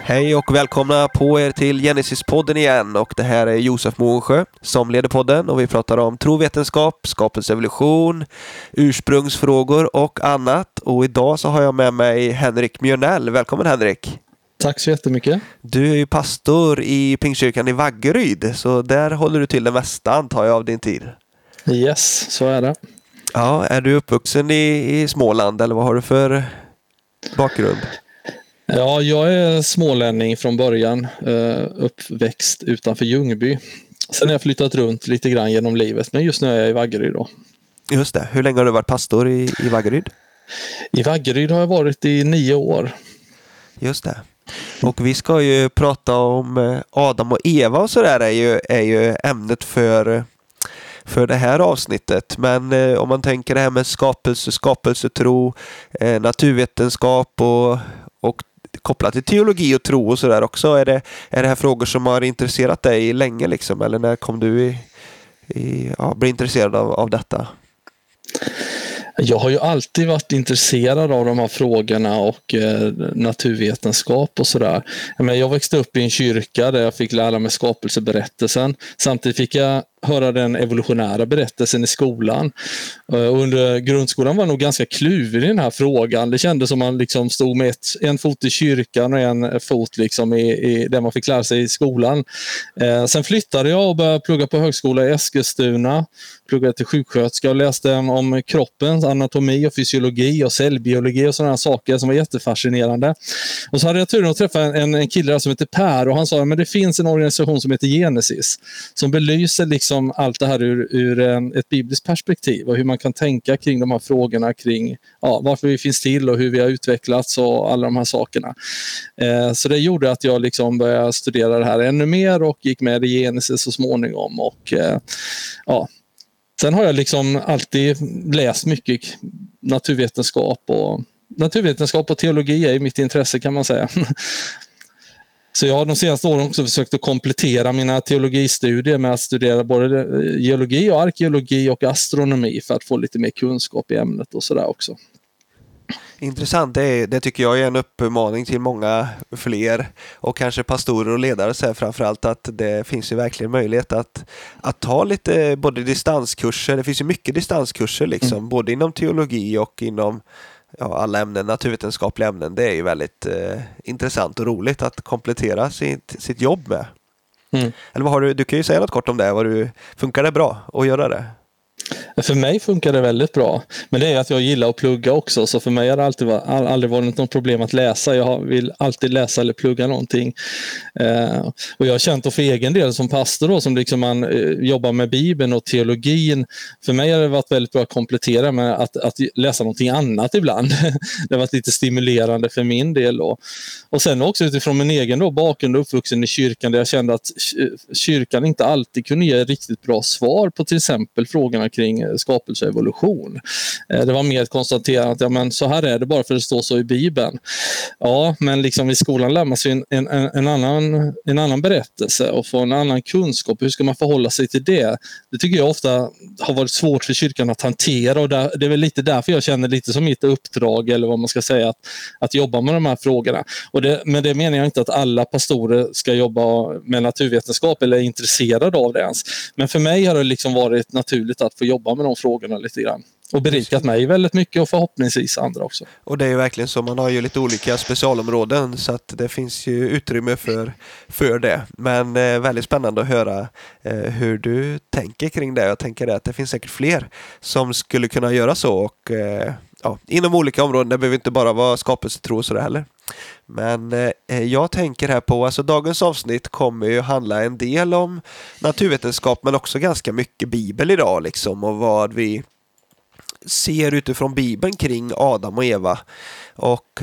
Hej och välkomna på er till Genesis-podden igen, och det här är Josef Månsjö som leder podden, och vi pratar om trovetenskap, skapelse, evolution, ursprungsfrågor och annat. Och idag så har jag med mig Henrik Mjörnell. Välkommen Henrik! Tack så jättemycket. Du är ju pastor i Pingstkyrkan i Vaggeryd, så där håller du till det mesta antar jag av din tid. Yes, så är det. Ja, är du uppvuxen i Småland eller vad har du för bakgrund? Ja, jag är smålänning från början, uppväxt utanför Ljungby. Sen har jag flyttat runt lite grann genom livet, men just nu är jag i Vaggeryd då. Just det. Hur länge har du varit pastor i Vaggeryd? I Vaggeryd har jag varit i 9 år. Just det. Och vi ska ju prata om Adam och Eva och sådär är ju ämnet för det här avsnittet. Men om man tänker det här med skapelsetro, naturvetenskap och kopplat till teologi och tro och sådär också, är det här frågor som har intresserat dig länge liksom? Eller när kom du bli intresserad av detta? Jag har ju alltid varit intresserad av de här frågorna och naturvetenskap och sådär. Jag växte upp i en kyrka där jag fick lära mig skapelseberättelsen. Samtidigt fick jag höra den evolutionära berättelsen i skolan. Och under grundskolan var jag nog ganska kluven i den här frågan. Det kändes som man liksom stod med en fot i kyrkan och en fot liksom i där man fick lära sig i skolan. Sen flyttade jag och började plugga på högskola i Eskilstuna. Pluggade till sjuksköterska och läste om kroppens anatomi och fysiologi och cellbiologi och sådana saker som var jättefascinerande. Och så hade jag turen att träffa en kille där som heter Per, och han sa att det finns en organisation som heter Genesis som belyser liksom allt det här ur ett bibliskt perspektiv och hur man kan tänka kring de här frågorna kring varför vi finns till och hur vi har utvecklats och alla de här sakerna. Så det gjorde att jag liksom började studera det här ännu mer och gick med i Genesis så småningom och sen har jag liksom alltid läst mycket naturvetenskap och teologi är mitt intresse kan man säga. Så jag har de senaste åren också försökt att komplettera mina teologistudier med att studera både geologi och arkeologi och astronomi för att få lite mer kunskap i ämnet och sådär också. Intressant, det tycker jag är en uppmaning till många fler och kanske pastorer och ledare så här, framförallt att det finns ju verkligen möjlighet att ta lite både distanskurser, det finns ju mycket distanskurser liksom, både inom teologi och inom alla ämnen, naturvetenskapliga ämnen. Det är ju väldigt intressant och roligt att komplettera sitt jobb med. Eller vad har du kan ju säga något kort om det, funkar det bra att göra det? För mig funkar det väldigt bra. Men det är att jag gillar att plugga också. Så för mig har det aldrig varit något problem att läsa. Jag vill alltid läsa eller plugga någonting. Och jag har känt för egen del som pastor då, som liksom man jobbar med Bibeln och teologin. För mig har det varit väldigt bra att komplettera med att läsa någonting annat ibland. Det har varit lite stimulerande för min del då. Och sen också utifrån min egen då, bakgrund och uppvuxen i kyrkan där jag kände att kyrkan inte alltid kunde ge riktigt bra svar på till exempel frågorna kring skapelse och evolution. Det var mer ett konstaterande att men så här är det bara för att det står så i Bibeln. Ja, men liksom i skolan lär man sig en annan berättelse och få en annan kunskap. Hur ska man förhålla sig till det? Det tycker jag ofta har varit svårt för kyrkan att hantera, och det är väl lite därför jag känner lite som mitt uppdrag eller vad man ska säga att jobba med de här frågorna. Men det menar jag inte att alla pastorer ska jobba med naturvetenskap eller är intresserade av det ens. Men för mig har det liksom varit naturligt att få jobba med de frågorna lite grann. Och berikat mig väldigt mycket och förhoppningsvis andra också. Och det är ju verkligen så, man har ju lite olika specialområden så att det finns ju utrymme för det. Men väldigt spännande att höra hur du tänker kring det. Jag tänker att det finns säkert fler som skulle kunna göra så och inom olika områden. Det behöver inte bara vara skapelsetro och sådär heller. Men jag tänker här på, alltså dagens avsnitt kommer ju handla en del om naturvetenskap men också ganska mycket Bibel idag liksom, och vad vi ser utifrån Bibeln kring Adam och Eva. Och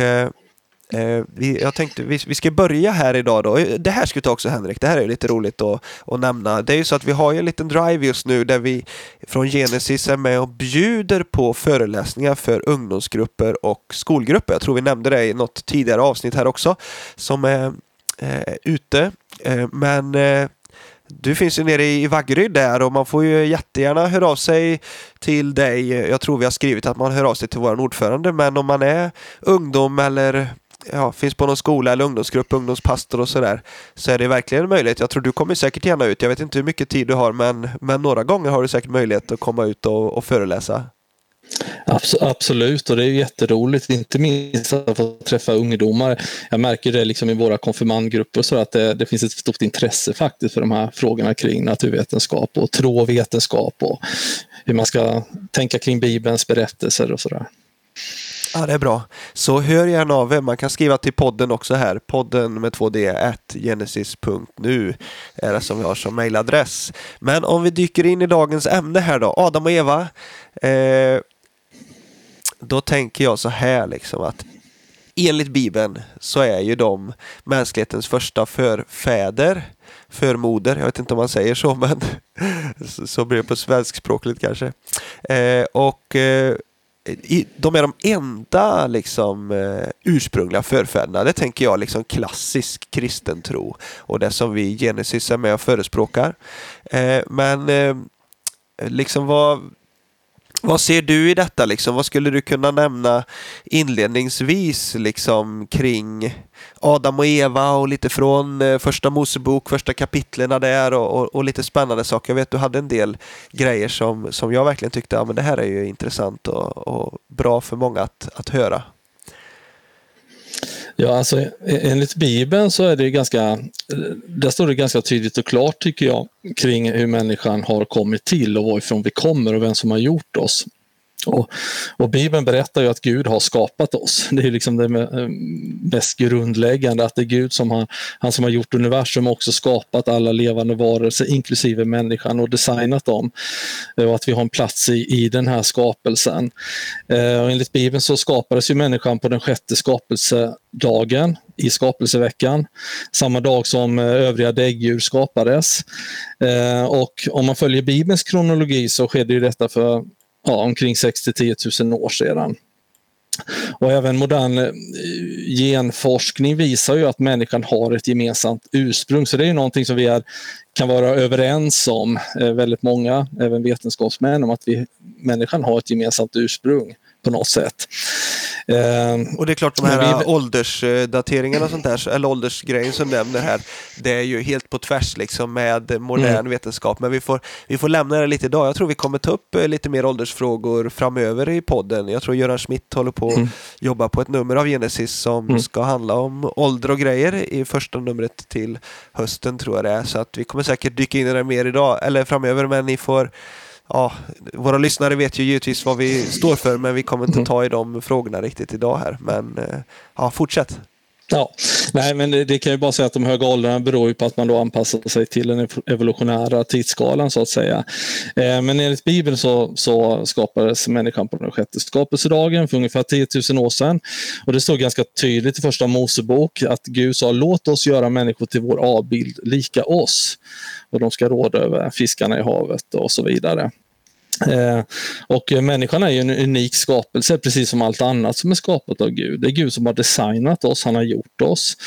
jag tänkte vi ska börja här idag då. Det här ska vi ta också, Henrik. Det här är lite roligt att nämna. Det är ju så att vi har ju en liten drive just nu där vi från Genesis är med och bjuder på föreläsningar för ungdomsgrupper och skolgrupper. Jag tror vi nämnde det i något tidigare avsnitt här också som är ute. Men du finns ju nere i Vaggeryd där och man får ju jättegärna höra av sig till dig. Jag tror vi har skrivit att man hör av sig till vår ordförande, men om man är ungdom eller finns på någon skola eller ungdomsgrupp, ungdomspastor och sådär, så är det verkligen en möjlighet. Jag tror du kommer säkert gärna ut. Jag vet inte hur mycket tid du har, men några gånger har du säkert möjlighet att komma ut och föreläsa. Absolut, och det är ju jätteroligt, inte minst att få träffa ungdomar. Jag märker det liksom i våra konfirmandgrupper så att det finns ett stort intresse faktiskt för de här frågorna kring naturvetenskap och tro och vetenskap och hur man ska tänka kring Bibelns berättelser och sådär. Ja, det är bra. Så hör gärna av er. Man kan skriva till podden också här. Podden med 2d @genesis.nu är det som vi har som mejladress. Men om vi dyker in i dagens ämne här då. Adam och Eva. Då tänker jag så här liksom att enligt Bibeln så är ju de mänsklighetens första förmoder. Jag vet inte om man säger så, men så blir det på svenskspråkligt kanske. De är de enda liksom ursprungliga förfäderna. Det tänker jag liksom klassisk kristen tro. Och det som vi i Genesis är med och förespråkar. Men liksom vad ser du i detta liksom? Vad skulle du kunna nämna inledningsvis liksom kring Adam och Eva och lite från första Mosebok, första kapitlerna där och lite spännande saker. Jag vet du hade en del grejer som jag verkligen tyckte men det här är ju intressant och bra för många att höra. Ja, alltså enligt Bibeln så är det där står det ganska tydligt och klart tycker jag kring hur människan har kommit till och varifrån vi kommer och vem som har gjort oss. Och Bibeln berättar ju att Gud har skapat oss. Det är liksom det mest grundläggande, att det är Gud han som har gjort universum också skapat alla levande varelser inklusive människan och designat dem. Och att vi har en plats i den här skapelsen. Och enligt Bibeln så skapades ju människan på den 6:e skapelsedagen i skapelseveckan. Samma dag som övriga däggdjur skapades. Och om man följer Bibelns kronologi så skedde ju detta för omkring 6-10 000 år sedan. Och även modern genforskning visar ju att människan har ett gemensamt ursprung. Så det är ju någonting som vi kan vara överens om, väldigt många, även vetenskapsmän, om att människan har ett gemensamt ursprung på något sätt. Och det är klart de här åldersdateringarna och sånt där, eller åldersgrejen som nämner här, det är ju helt på tvärs liksom med modern vetenskap, men vi får lämna det lite idag. Jag tror vi kommer ta upp lite mer åldersfrågor framöver i podden. Jag tror Göran Schmidt håller på att jobba på ett nummer av Genesis som ska handla om ålder och grejer i första numret till hösten tror jag det är, så att vi kommer säkert dyka in i det mer idag eller framöver, men ni får våra lyssnare vet ju givetvis vad vi står för, men vi kommer inte ta i de frågorna riktigt idag här. Men fortsätt. Ja, nej men det kan ju bara säga att de höga åldrarna beror ju på att man då anpassar sig till den evolutionära tidsskalan så att säga. Men enligt Bibeln så skapades människan på den 6:e skapelsedagen för ungefär 10 000 år sedan. Och det står ganska tydligt i första Mosebok att Gud sa: låt oss göra människor till vår avbild lika oss. Och de ska råda över fiskarna i havet och så vidare. Och människan är ju en unik skapelse precis som allt annat som är skapat av Gud. Det är Gud som har designat oss, han har gjort oss.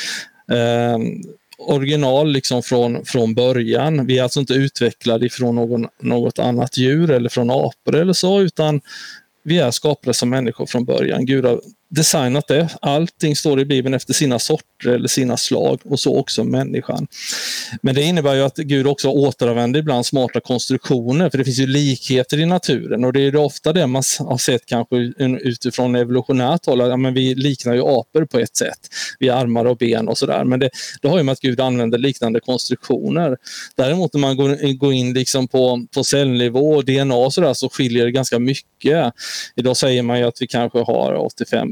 Original liksom från början. Vi är alltså inte utvecklade ifrån något annat djur eller från apor eller så, utan vi är skapade som människor från början. Gud har designat det. Allting står i Bibeln efter sina sorter eller sina slag, och så också människan. Men det innebär ju att Gud också återanvänder ibland smarta konstruktioner, för det finns ju likheter i naturen, och det är ofta det man har sett kanske utifrån evolutionärt håll, men vi liknar ju apor på ett sätt. Vi har armar och ben och sådär, men det har ju med att Gud använder liknande konstruktioner. Däremot när man går in liksom på cellnivå och DNA och sådär, så skiljer det ganska mycket. Idag säger man ju att vi kanske har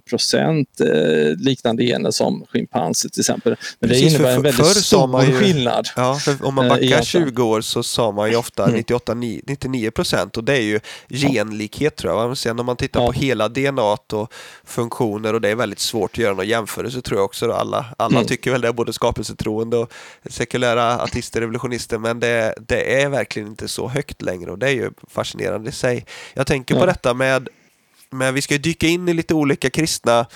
85% liknande gener som schimpanser till exempel. Men det innebär en väldigt stor skillnad. Ja, för om man backar 20 år så sa man ju ofta 98-99%, och det är ju genlikhet tror jag. Sen om man tittar på hela DNA och funktioner, och det är väldigt svårt att göra någon jämförelse tror jag också. Alla tycker väl det är både skapelsetroende och sekulära ateister, revolutionister, men det är verkligen inte så högt längre, och det är ju fascinerande i sig. Jag tänker på detta med vi ska ju dyka in i lite olika kristna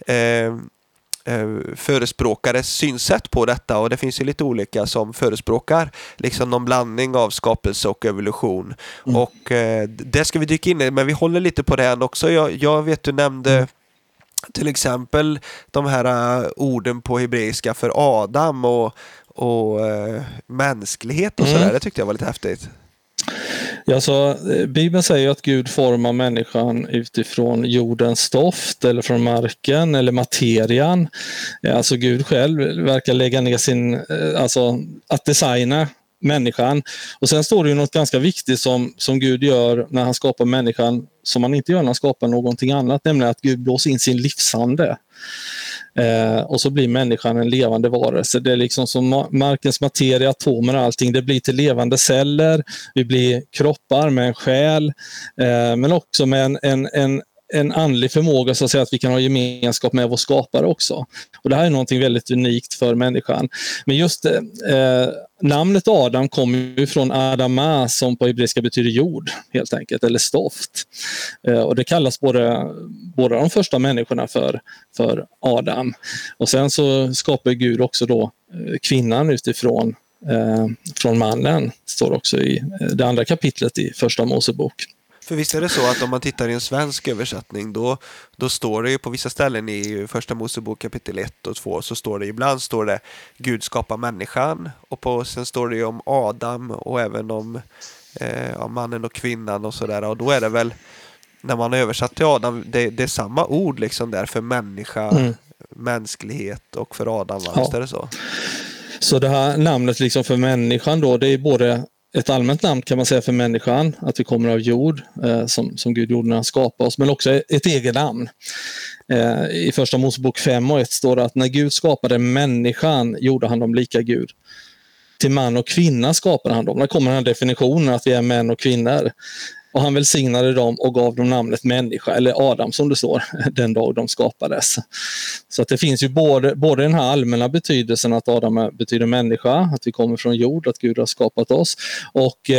förespråkares synsätt på detta, och det finns ju lite olika som förespråkar liksom någon blandning av skapelse och evolution, och det ska vi dyka in i, men vi håller lite på det här också. Jag vet du nämnde till exempel de här orden på hebreiska för Adam och mänsklighet och sådär. Det tyckte jag var lite häftigt. Ja, så Bibeln säger att Gud formar människan utifrån jordens stoft eller från marken eller materian. Alltså Gud själv verkar lägga ner alltså att designa människan. Och sen står det ju något ganska viktigt som Gud gör när han skapar människan som han inte gör när han skapar någonting annat, nämligen att Gud blåser in sin livsande. Och så blir människan en levande varelse. Det är liksom som markens materia, atomer och allting. Det blir till levande celler. Vi blir kroppar med en själ. Men också med en andlig förmåga så att säga, att vi kan ha gemenskap med vår skapare också. Och det här är någonting väldigt unikt för människan. Men just namnet Adam kommer ju från Adama som på hebreiska betyder jord helt enkelt, eller stoft. Och det kallas båda de första människorna för Adam. Och sen så skapar Gud också då kvinnan utifrån från mannen, står också i det andra kapitlet i första Mosebok. För visst är det så att om man tittar i en svensk översättning då står det ju på vissa ställen i första Mosebok kapitel 1 och 2 så står det ibland Gud skapar människan och sen står det ju om Adam och även om mannen och kvinnan och sådär, och då är det väl när man har översatt till Adam det är samma ord liksom där för människa, mänsklighet och för Adam, visst är det så? Så det här namnet liksom för människan då, det är både ett allmänt namn kan man säga för människan, att vi kommer av jord som Gud gjorde när han skapade oss, men också ett eget namn. I första Mosebok 5:1 står det att när Gud skapade människan gjorde han dem lika Gud. Till man och kvinna skapade han dem. Där kommer den här definitionen att vi är män och kvinnor. Och han välsignade dem och gav dem namnet människa, eller Adam som det står, den dag de skapades. Så att det finns ju både den här allmänna betydelsen att Adam betyder människa, att vi kommer från jord, att Gud har skapat oss, och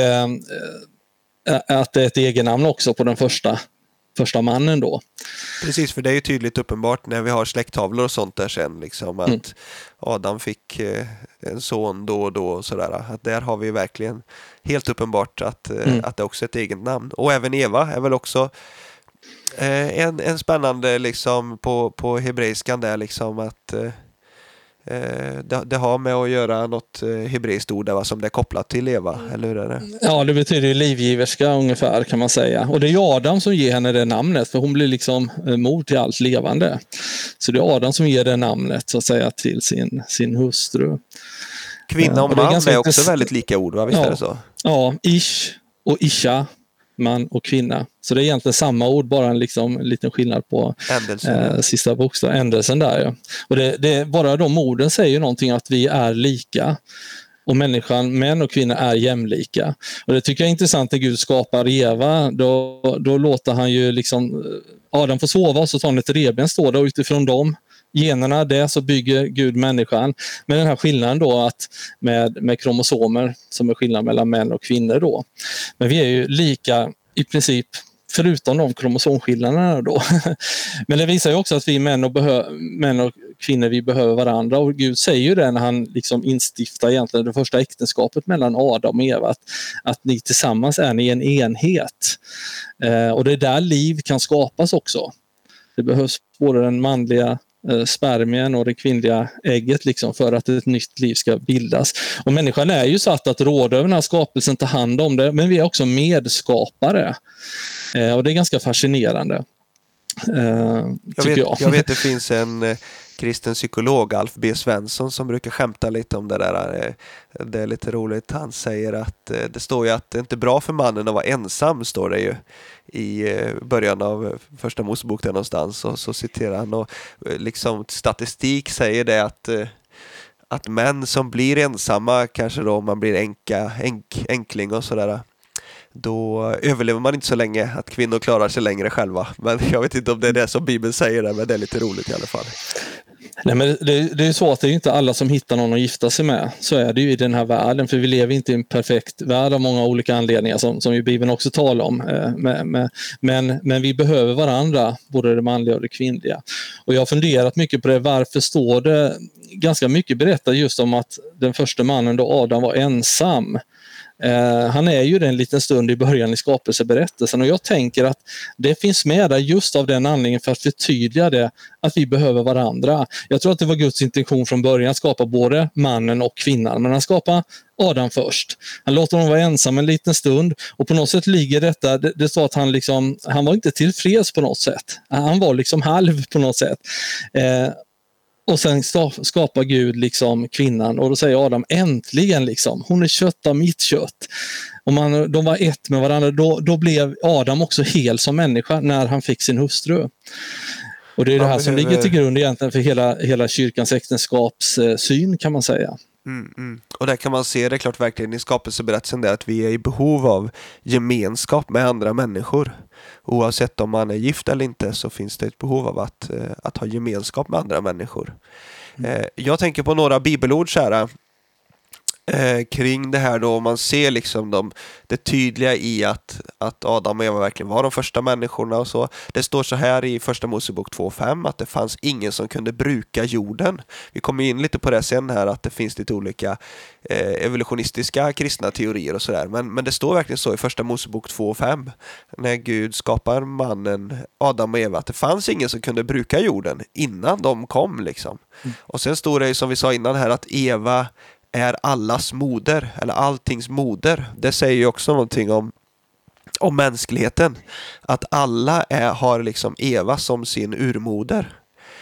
att det är ett egennamn också på den första mannen då. Precis, för det är ju tydligt uppenbart när vi har släkttavlor och sånt där sen liksom att Adam fick en son då och då och sådär, att där har vi verkligen helt uppenbart att det också är ett eget namn. Och även Eva är väl också en spännande liksom på hebreiskan där liksom att det har med att göra något hebreiskt ord där, som det är kopplat till Eva, eller hur är det? Ja, det betyder ju livgiverska ungefär kan man säga. Och det är Adam som ger henne det namnet, för hon blir liksom mor till allt levande. Så det är Adam som ger det namnet så att säga till sin hustru. Kvinna och man är också väldigt lika ord, va? Visst är det så? Ja, ish och isha, man och kvinna. Så det är egentligen samma ord, bara en liten skillnad på sista bokstaven, ändelsen där. Ja. Och det bara de orden säger någonting att vi är lika. Och människan, män och kvinnor, är jämlika. Och det tycker jag är intressant när Gud skapar Eva. Då låter han ju liksom Adam få sova och så tar han ett revben, står det, och utifrån dem generna det så bygger Gud människan. Men den här skillnaden då att med kromosomer som är skillnad mellan män och kvinnor då. Men vi är ju lika i princip förutom de kromosomskillnaderna då. Men det visar ju också att vi män och kvinnor, vi behöver varandra, och Gud säger ju det när han liksom instiftar egentligen det första äktenskapet mellan Adam och Eva, att ni tillsammans är ni en enhet. Och det är där liv kan skapas också. Det behövs både den manliga spermien och det kvinnliga ägget liksom för att ett nytt liv ska bildas. Och människan är ju satt att råda över den här skapelsen, ta hand om det, men vi är också medskapare. Och det är ganska fascinerande. Jag vet det finns en kristen psykolog, Alf B. Svensson, som brukar skämta lite om det där. Det är lite roligt. Han säger att det står ju att det inte är bra för mannen att vara ensam, står det ju i början av första Mosebok där någonstans. Och så citerar han, och liksom statistik säger det att män som blir ensamma, kanske då om man blir enkling och sådär, då överlever man inte så länge, att kvinnor klarar sig längre själva. Men jag vet inte om det är det som Bibeln säger där, men det är lite roligt i alla fall. Nej, men det är så att det är inte alla som hittar någon att gifta sig med. Så är det ju i den här världen, för vi lever inte i en perfekt värld av många olika anledningar som ju Bibeln också talar om. Men vi behöver varandra, både det manliga och det kvinnliga. Och jag har funderat mycket på det, varför står det ganska mycket berättat just om att den första mannen då, Adam, var ensam. Han är ju det en liten stund i början i skapelseberättelsen, och jag tänker att det finns med där just av den anledningen, för att förtydliga det, att vi behöver varandra. Jag tror att det var Guds intention från början att skapa både mannen och kvinnan, men han skapade Adam först. Han låter honom vara ensam en liten stund, och på något sätt ligger detta, det står att han var inte tillfreds på något sätt. Han var liksom halv på något sätt. Och sen skapar Gud liksom kvinnan, och då säger Adam äntligen liksom, hon är kött av mitt kött. Och de var ett med varandra, då blev Adam också hel som människa när han fick sin hustru. Och det är det här som ligger till grund egentligen för hela kyrkans äktenskapssyn, kan man säga. Och där kan man se det klart verkligen i skapelseberättelsen, där att vi är i behov av gemenskap med andra människor. Oavsett om man är gift eller inte, så finns det ett behov av att ha gemenskap med andra människor. Jag tänker på några bibelord så här, kring det här då. Man ser liksom det tydliga i att Adam och Eva verkligen var de första människorna och så. Det står så här i första Mosebok 2:5 att det fanns ingen som kunde bruka jorden. Vi kommer in lite på det sen här, att det finns lite olika evolutionistiska kristna teorier och sådär. Men det står verkligen så i första Mosebok 2:5 när Gud skapar mannen Adam och Eva, att det fanns ingen som kunde bruka jorden innan de kom liksom. Och sen står det som vi sa innan här att Eva är allas moder, eller alltings moder. Det säger ju också någonting om mänskligheten. Att alla har liksom Eva som sin urmoder.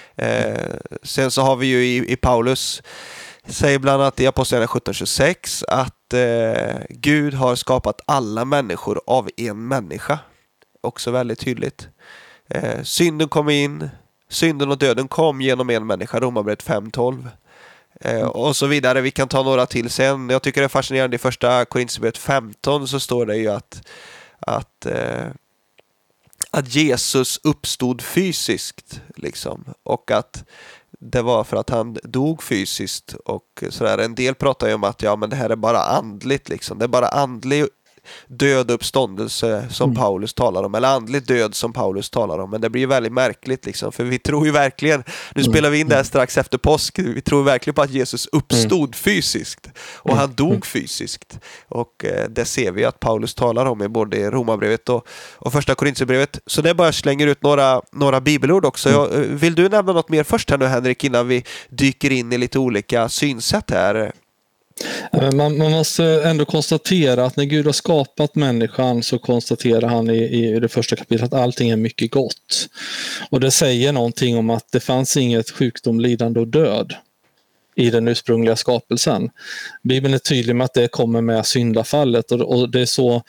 Sen så har vi ju i Paulus, säger bland annat i Apostlagärningarna 17:26 att Gud har skapat alla människor av en människa. Också väldigt tydligt. Synden kom in, synden och döden kom genom en människa, Romarbrevet 5:12. Och så vidare. Vi kan ta några till sen. Jag tycker det är fascinerande. I första Korinthierbrevet 15 så står det ju att Jesus uppstod fysiskt liksom, och att det var för att han dog fysiskt och sådär. En del pratar ju om att men det här är bara andligt liksom. Det är bara andlig död uppståndelse som Paulus talar om, eller andlig död som Paulus talar om. Men det blir ju väldigt märkligt liksom, för vi tror ju verkligen, nu spelar vi in det här strax efter påsk, vi tror verkligen på att Jesus uppstod fysiskt och han dog fysiskt, och det ser vi att Paulus talar om i både Romarbrevet och första Korinthierbrevet. Så det bara slänger ut några bibelord också. Vill du nämna något mer först här nu, Henrik, innan vi dyker in i lite olika synsätt här? Man måste ändå konstatera att när Gud har skapat människan, så konstaterar han i det första kapitlet att allting är mycket gott. Och det säger någonting om att det fanns inget sjukdom, lidande och död i den ursprungliga skapelsen. Bibeln är tydlig med att det kommer med syndafallet, och det är så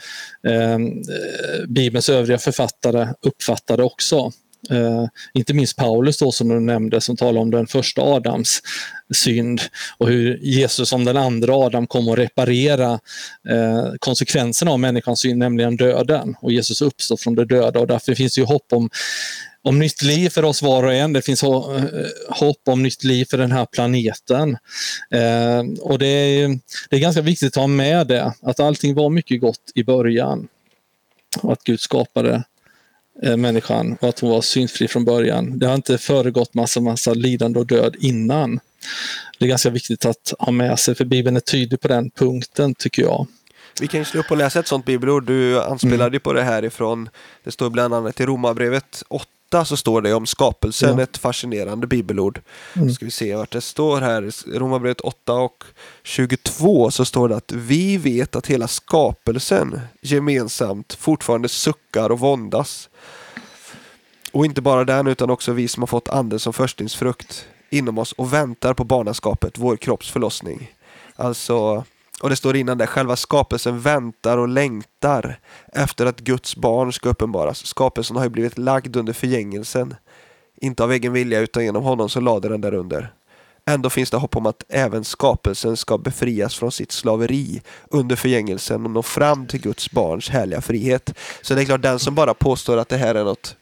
Bibelns övriga författare uppfattade också. Inte minst Paulus då, som du nämnde, som talar om den första Adams synd och hur Jesus som den andra Adam kommer att reparera konsekvenserna av människans synd, nämligen döden, och Jesus uppstår från det döda, och därför finns det ju hopp om nytt liv för oss var och en. Det finns hopp om nytt liv för den här planeten, och det är ganska viktigt att ha med det, att allting var mycket gott i början och att Gud skapade människan och att hon var syndfri från början. Det har inte föregått massa lidande och död innan. Det är ganska viktigt att ha med sig, för Bibeln är tydlig på den punkten, tycker jag. Vi kan ju slå upp och läsa ett sånt bibelord. Du anspelade på det här ifrån, det står bland annat i Romarbrevet 8, så står det om skapelsen, ett fascinerande bibelord. Ska vi se vart det står här. Romarbrevet 8:22 så står det att vi vet att hela skapelsen gemensamt fortfarande suckar och våndas. Och inte bara den, utan också vi som har fått anden som förstlingsfrukt inom oss och väntar på barnaskapet, vår kropps förlossning. Alltså, och det står innan det, själva skapelsen väntar och längtar efter att Guds barn ska uppenbaras. Skapelsen har ju blivit lagd under förgängelsen, inte av egen vilja utan genom honom som lade den där under. Ändå finns det hopp om att även skapelsen ska befrias från sitt slaveri under förgängelsen och nå fram till Guds barns härliga frihet. Så det är klart, den som bara påstår att det här är något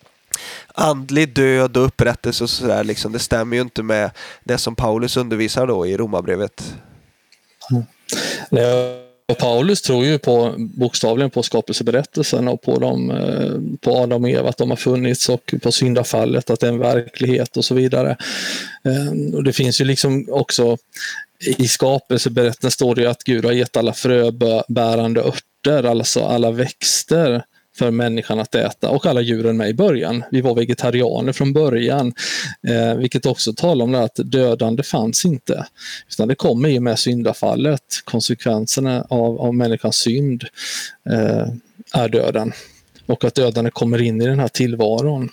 andlig död och upprättelse och sådär, liksom, det stämmer ju inte med det som Paulus undervisar då i Romarbrevet. Jag Och Paulus tror ju bokstavligen på skapelseberättelsen och på Adam och Eva, att de har funnits, och på syndafallet, att det är en verklighet och så vidare. Och det finns ju liksom också i skapelseberättelsen står det ju att Gud har gett alla fröbärande örter, alltså alla växter för människan att äta, och alla djuren med i början. Vi var vegetarianer från början, vilket också talar om det att dödande fanns inte, utan det kommer ju med syndafallet. Konsekvenserna av människans synd är döden, och att dödande kommer in i den här tillvaron.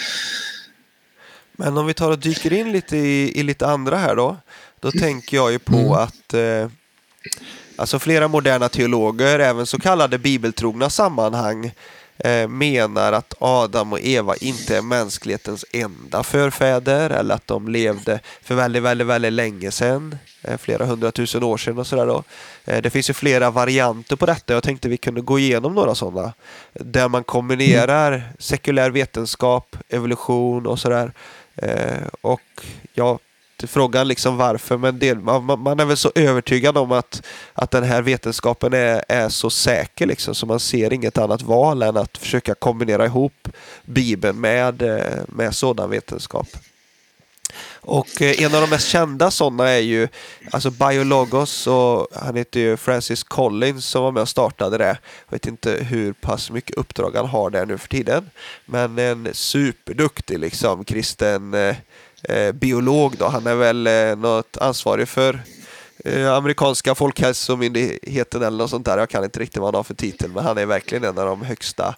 Men om vi tar och dyker in lite i lite andra här då tänker jag ju på att alltså flera moderna teologer, även så kallade bibeltrogna sammanhang, menar att Adam och Eva inte är mänsklighetens enda förfäder, eller att de levde för väldigt, väldigt, väldigt länge sedan, flera 100 000 år sedan och sådär då. Det finns ju flera varianter på detta. Jag tänkte vi kunde gå igenom några sådana, där man kombinerar sekulär vetenskap, evolution och sådär. Och ja, frågan liksom varför, men man är väl så övertygad om att den här vetenskapen är så säker liksom, så man ser inget annat val än att försöka kombinera ihop Bibeln med sådan vetenskap. Och en av de mest kända sådana är ju alltså Biologos, och han heter ju Francis Collins som var med och startade det. Jag vet inte hur pass mycket uppdrag han har där nu för tiden, men en superduktig liksom kristen biolog då. Han är väl något ansvarig för amerikanska folkhälsomyndigheten eller något sånt där. Jag kan inte riktigt vad han har för titel, men han är verkligen en av de högsta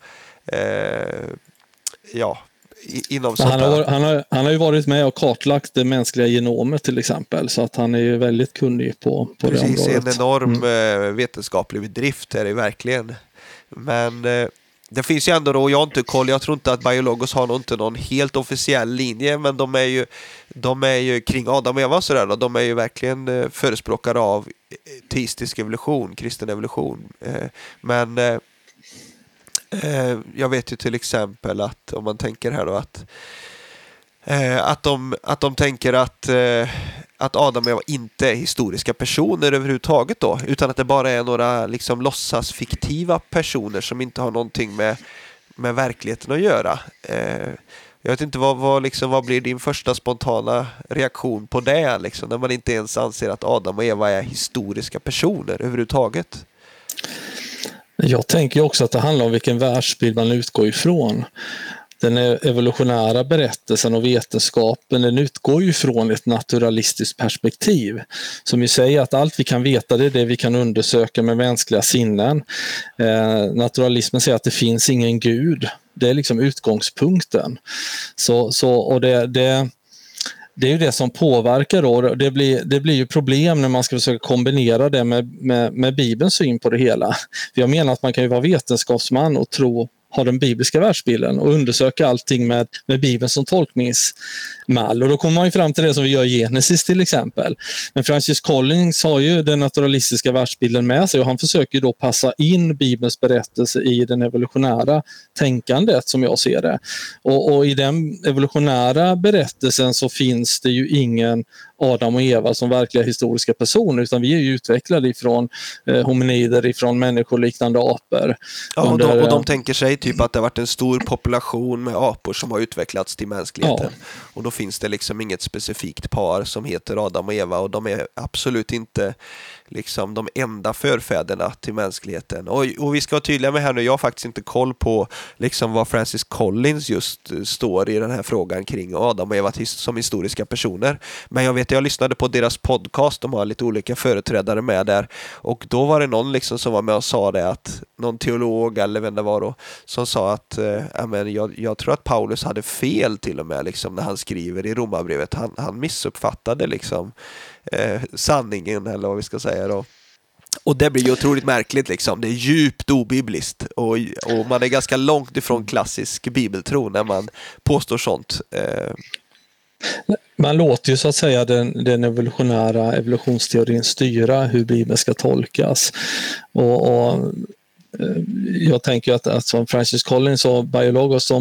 inom sånt där. Han har ju varit med och kartlagt det mänskliga genomet till exempel, så att han är ju väldigt kunnig på det området. Precis, en enorm vetenskaplig bedrift är det verkligen. Men det finns ju ändå då, jag har inte koll, jag tror inte att Biologos har inte någon helt officiell linje, men de är ju kring Adam och Eva och sådär, och de är ju verkligen förespråkare av teistisk evolution, kristen evolution. Men jag vet ju till exempel att om man tänker här då att de tänker att Adam och Eva inte är historiska personer överhuvudtaget då, utan att det bara är några liksom låtsas fiktiva personer som inte har någonting med verkligheten att göra. Jag vet inte vad blir din första spontana reaktion på det liksom, när man inte ens anser att Adam och Eva är historiska personer överhuvudtaget? Jag tänker också att det handlar om vilken världsbild man utgår ifrån. Den evolutionära berättelsen och vetenskapen, den utgår ju från ett naturalistiskt perspektiv som ju säger att allt vi kan veta, det är det vi kan undersöka med mänskliga sinnen. Naturalismen säger att det finns ingen gud. Det är liksom utgångspunkten. Och det är ju det som påverkar då. Det blir ju problem när man ska försöka kombinera det med Bibelns syn på det hela. För jag menar att man kan ju vara vetenskapsman och ha den bibliska världsbilden och undersöka allting med Bibeln som tolkningsmall. Och då kommer man ju fram till det som vi gör i Genesis till exempel. Men Francis Collins har ju den naturalistiska världsbilden med sig, och han försöker då passa in Bibelns berättelse i den evolutionära tänkandet som jag ser det. Och i den evolutionära berättelsen så finns det ju ingen Adam och Eva som verkliga historiska personer, utan vi är ju utvecklade ifrån hominider, ifrån människoliknande apor. Ja, och de tänker sig typ att det har varit en stor population med apor som har utvecklats till mänskligheten. Ja. Och då finns det liksom inget specifikt par som heter Adam och Eva, och de är absolut inte liksom de enda förfäderna till mänskligheten. Och vi ska vara tydliga med här nu, jag har faktiskt inte koll på liksom vad Francis Collins just står i den här frågan kring Adam och Eva som historiska personer. Men jag lyssnade på deras podcast, de har lite olika företrädare med där, och då var det någon liksom som var med och sa det, att någon teolog eller vem det var då, som sa att jag tror att Paulus hade fel till och med liksom, när han skriver i Romarbrevet. Han missuppfattade liksom sanningen, eller vad vi ska säga då. Och det blir ju otroligt märkligt liksom. Det är djupt obibliskt, och man är ganska långt ifrån klassisk bibeltro när man påstår sånt. Man låter ju så att säga den evolutionsteorin styra hur Bibeln ska tolkas. Och jag tänker att som Francis Collins och Biologos,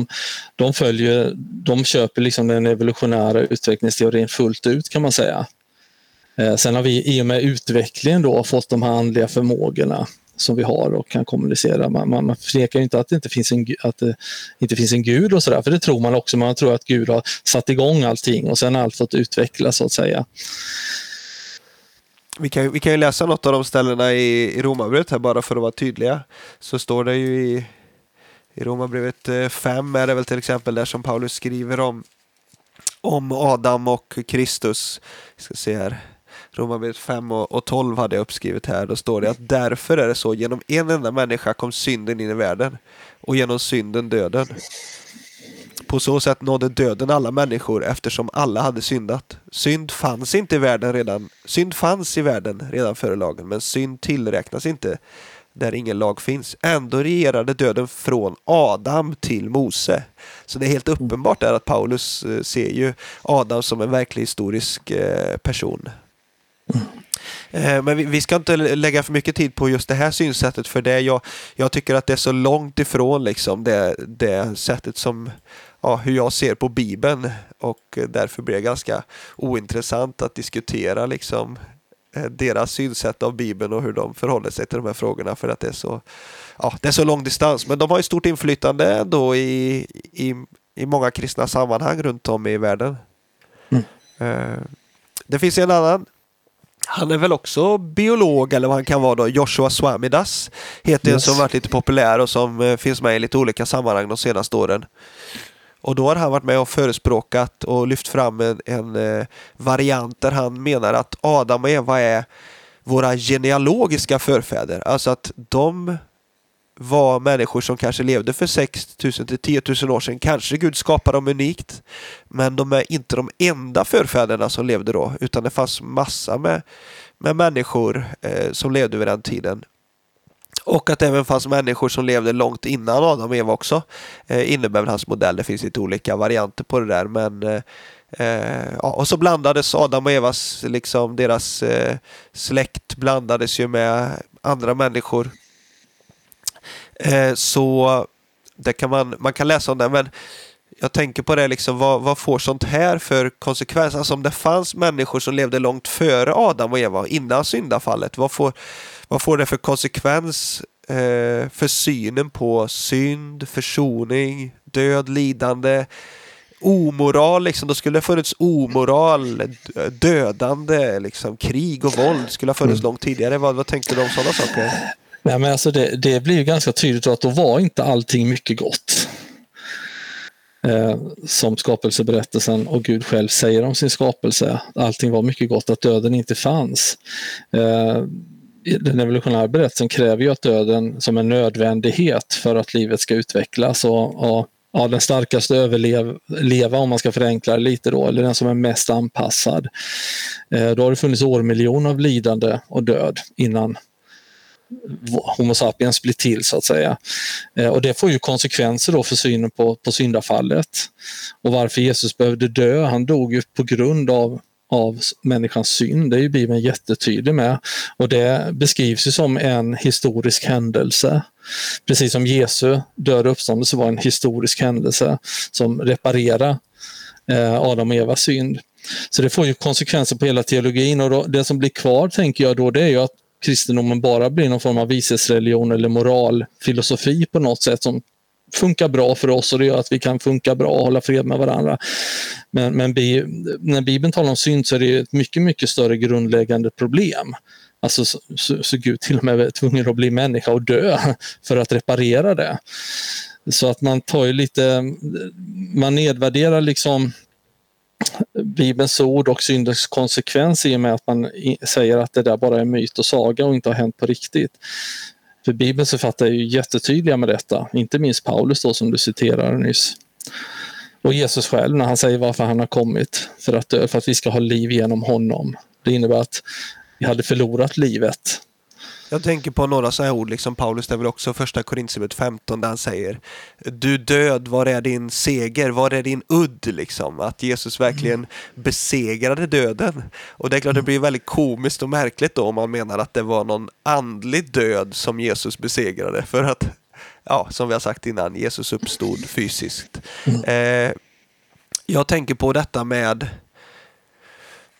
de köper liksom den evolutionära utvecklingsteorin fullt ut, kan man säga. Sen har vi i och med utvecklingen då fått de här andliga förmågorna som vi har och kan kommunicera. Man förnekar ju inte att det inte finns en gud och sådär, för det tror man också. Man tror att Gud har satt igång allting och sen har allt fått utvecklas så att säga. Vi kan ju läsa något av de ställena i Romarbrevet här bara för att vara tydliga. Så står det ju i Romarbrevet 5 är det väl till exempel där som Paulus skriver om Adam och Kristus. Vi ska se här. Romarbrevet 5 och 12 hade jag uppskrivet här. Då står det att därför är det så, genom en enda människa kom synden in i världen och genom synden döden. På så sätt nådde döden alla människor eftersom alla hade syndat. Synd fanns i världen redan före lagen, men synd tillräknas inte där ingen lag finns. Ändå regerade döden från Adam till Mose. Så det är helt uppenbart där att Paulus ser ju Adam som en verklig historisk person. Men vi ska inte lägga för mycket tid på just det här synsättet, för det jag tycker att det är så långt ifrån liksom det sättet som hur jag ser på Bibeln, och därför blir det ganska ointressant att diskutera liksom deras synsätt av Bibeln och hur de förhåller sig till de här frågorna, för att det är så lång distans. Men de har ju stort inflytande ändå i många kristna sammanhang runt om i världen. Det finns en annan. Han är väl också biolog, eller vad han kan vara då. Joshua Swamidas heter en som varit lite populär och som finns med i lite olika sammanhang de senaste åren. Och då har han varit med och förespråkat och lyft fram en variant där han menar att Adam och Eva är våra genealogiska förfäder. Alltså att de var människor som kanske levde för 6 000 till 10 000 år sedan. Kanske Gud skapade dem unikt, men de är inte de enda förfäderna som levde då, utan det fanns massa med människor som levde vid den tiden. Och att det även fanns människor som levde långt innan Adam och Eva också, innebär hans modell. Det finns lite olika varianter på det där, men och så blandades Adam och Evas liksom, deras släkt blandades ju med andra människor. Så det man kan läsa om det, men jag tänker på det liksom, vad får sånt här för konsekvenser? Alltså om det fanns människor som levde långt före Adam och Eva, innan syndafallet, vad får det för konsekvens för synen på synd, försoning, död, lidande, omoral liksom? Då skulle det funnits omoral, dödande liksom, krig och våld skulle ha funnits långt tidigare. Vad tänkte du om sådana saker? Nej, men alltså det blir ju ganska tydligt att då var inte allting mycket gott. Som skapelseberättelsen och Gud själv säger om sin skapelse. Allting var mycket gott, att döden inte fanns. Den evolutionära berättelsen kräver ju att döden som en nödvändighet för att livet ska utvecklas och den starkaste överleva, om man ska förenkla det lite då, eller den som är mest anpassad. Då har det funnits årmiljoner av lidande och död innan Homo sapiens blir till så att säga. Och det får ju konsekvenser då för synen på syndafallet. Och varför Jesus behövde dö, han dog ju på grund av människans synd. Det är ju Bibeln jättetydlig med. Och det beskrivs ju som en historisk händelse. Precis som Jesu död och uppståndelse var en historisk händelse som reparerar Adam och Evas synd. Så det får ju konsekvenser på hela teologin, och då, det som blir kvar tänker jag då, det är ju att kristendomen bara blir någon form av vishetsreligion eller moralfilosofi på något sätt som funkar bra för oss, och det gör att vi kan funka bra och hålla fred med varandra. Men när Bibeln talar om synd så är det ett mycket, mycket större grundläggande problem. Alltså så Gud till och med är tvungen att bli människa och dö för att reparera det. Så att man tar ju man nedvärderar liksom Bibelns ord och syndens konsekvens i och med att man säger att det där bara är myt och saga och inte har hänt på riktigt. För Bibelns författare är ju jättetydliga med detta, inte minst Paulus då, som du citerade nyss. Och Jesus själv när han säger varför han har kommit, för att vi ska ha liv genom honom. Det innebär att vi hade förlorat livet. Jag tänker på några så här ord, liksom Paulus, det är väl också första Korinthierbrevet 15 där han säger: du död, var är din seger? Var är din udd? Liksom, att Jesus verkligen besegrade döden. Och det är klart, det blir väldigt komiskt och märkligt då om man menar att det var någon andlig död som Jesus besegrade. För att, som vi har sagt innan, Jesus uppstod fysiskt. Jag tänker på detta med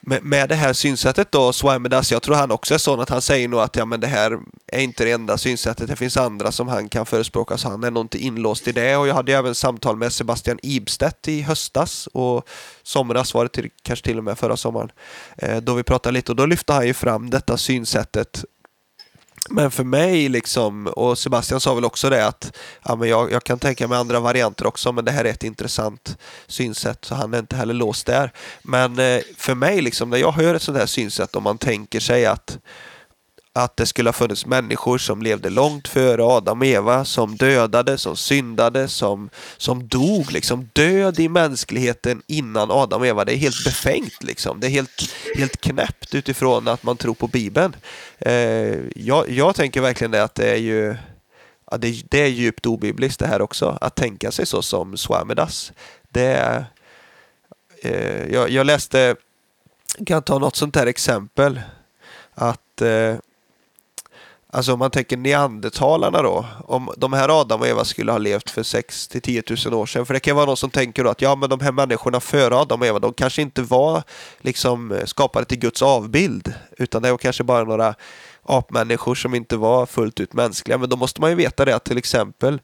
med det här synsättet då, Swamidas, jag tror han också är sån att han säger nog att ja, men det här är inte det enda synsättet, det finns andra som han kan förespråka, så han är nog inte inlåst i det. Och jag hade ju även samtal med Sebastian Ibstedt i höstas, och somras var det kanske till och med förra sommaren, då vi pratade lite, och då lyfte han ju fram detta synsättet. Men för mig liksom, och Sebastian sa väl också det, att ja, men jag kan tänka mig andra varianter också, men det här är ett intressant synsätt, så han är inte heller låst där. Men för mig liksom, när jag hör ett sånt här synsätt, om man tänker sig att det skulle ha funnits människor som levde långt före Adam och Eva, som dödade, som syndade, som dog, liksom död i mänskligheten innan Adam och Eva. Det är helt befängt liksom. Det är helt knäppt utifrån att man tror på Bibeln. Jag tänker verkligen det, att det är ju, ja, det är djupt obibliskt det här också, att tänka sig så som Swamidas. Det är, jag läste, kan ta något sånt här exempel, att alltså om man tänker neandertalarna då, om de här Adam och Eva skulle ha levt för 6 till 10 000 år sedan, för det kan vara någon som tänker då att ja, men de här människorna före Adam och Eva, de kanske inte var liksom skapade till Guds avbild, utan det var kanske bara några apmänniskor som inte var fullt ut mänskliga. Men då måste man ju veta det, att till exempel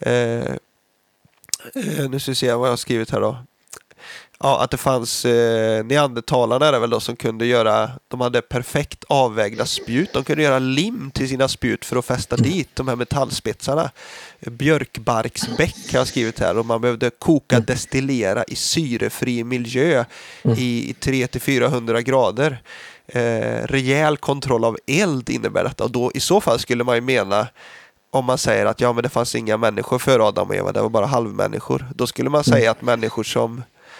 nu ska vi se vad jag har skrivit här då. Ja, att det fanns neandertalarna är det väl då, som kunde göra, de hade perfekt avvägda spjut, de kunde göra lim till sina spjut för att fästa dit de här metallspetsarna. Björkbarksbäck har jag skrivit här, och man behövde koka, destillera i syrefri miljö i 300-400 grader. Rejäl kontroll av eld innebär detta, och då i så fall skulle man ju mena, om man säger att ja, men det fanns inga människor för Adam och Eva, det var bara halvmänniskor, då skulle man säga att människor som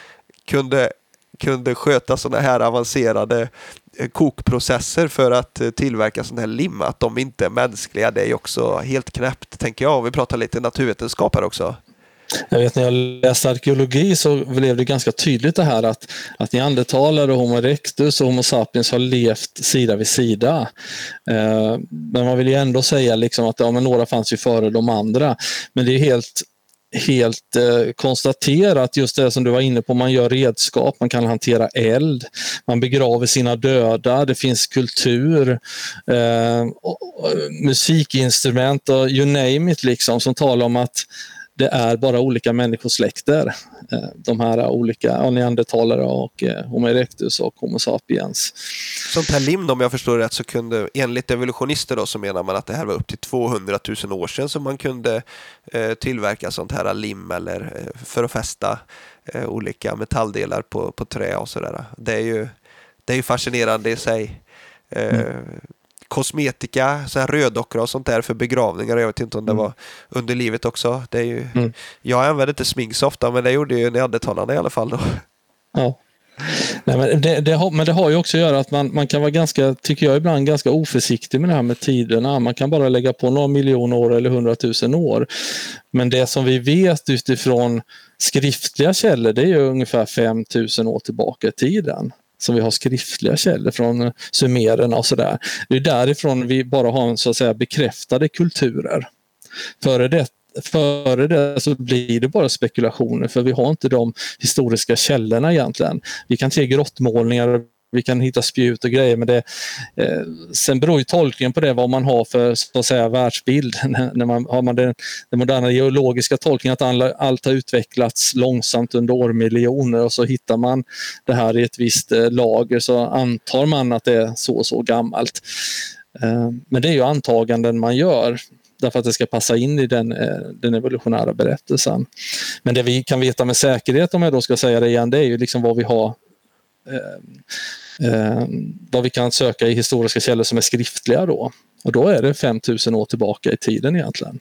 kunde sköta sådana här avancerade kokprocesser för att tillverka sån här lim, att de inte är mänskliga. Det är ju också helt knäppt, tänker jag. Och vi pratar lite naturvetenskap här också. Jag vet, när jag läste arkeologi så blev det ganska tydligt det här att neandertalare, Homo erectus och Homo sapiens har levt sida vid sida. Men man vill ju ändå säga liksom att ja, men några fanns ju före de andra. Men det är helt konstaterat, just det som du var inne på, man gör redskap, man kan hantera eld, man begraver sina döda, det finns kultur, musikinstrument och you name it liksom, som talar om att det är bara olika människosläkter. De här olika neandertalare och Homo erectus och Homo sapiens. Sånt här lim, om jag förstår rätt, så kunde, enligt evolutionister då, så menar man att det här var upp till 200 000 år sedan som man kunde tillverka sånt här lim, eller för att fästa olika metalldelar på trä och sådär. Det är ju fascinerande i sig. Kosmetika, så här röddockor och sånt där för begravningar. Jag vet inte om det var under livet också. Det är ju, jag använder inte smink så ofta, men det gjorde ju neandertalarna i alla fall då. Ja. Nej, men det har ju också att göra att man kan vara ganska, tycker jag ibland, ganska oförsiktig med det här med tiderna. Man kan bara lägga på några miljoner år eller 100 000 år. Men det som vi vet utifrån skriftliga källor, det är ju ungefär 5 000 år tillbaka i tiden. Som vi har skriftliga källor från sumererna och sådär. Det är därifrån vi bara har så att säga bekräftade kulturer. Före det så blir det bara spekulationer, för vi har inte de historiska källorna egentligen. Vi kan se grottmålningar, vi kan hitta spjut och grejer, men sen beror ju tolkningen på det vad man har för, så att säga, världsbild. Har man den moderna geologiska tolkningen att allt har utvecklats långsamt under årmiljoner, och så hittar man det här i ett visst lager, så antar man att det är så och så gammalt. Men det är ju antaganden man gör därför att det ska passa in i den evolutionära berättelsen. Men det vi kan veta med säkerhet, om jag då ska säga det igen, det är ju liksom vad vi har, vad vi kan söka i historiska källor som är skriftliga då. Och då är det 5 000 år tillbaka i tiden egentligen.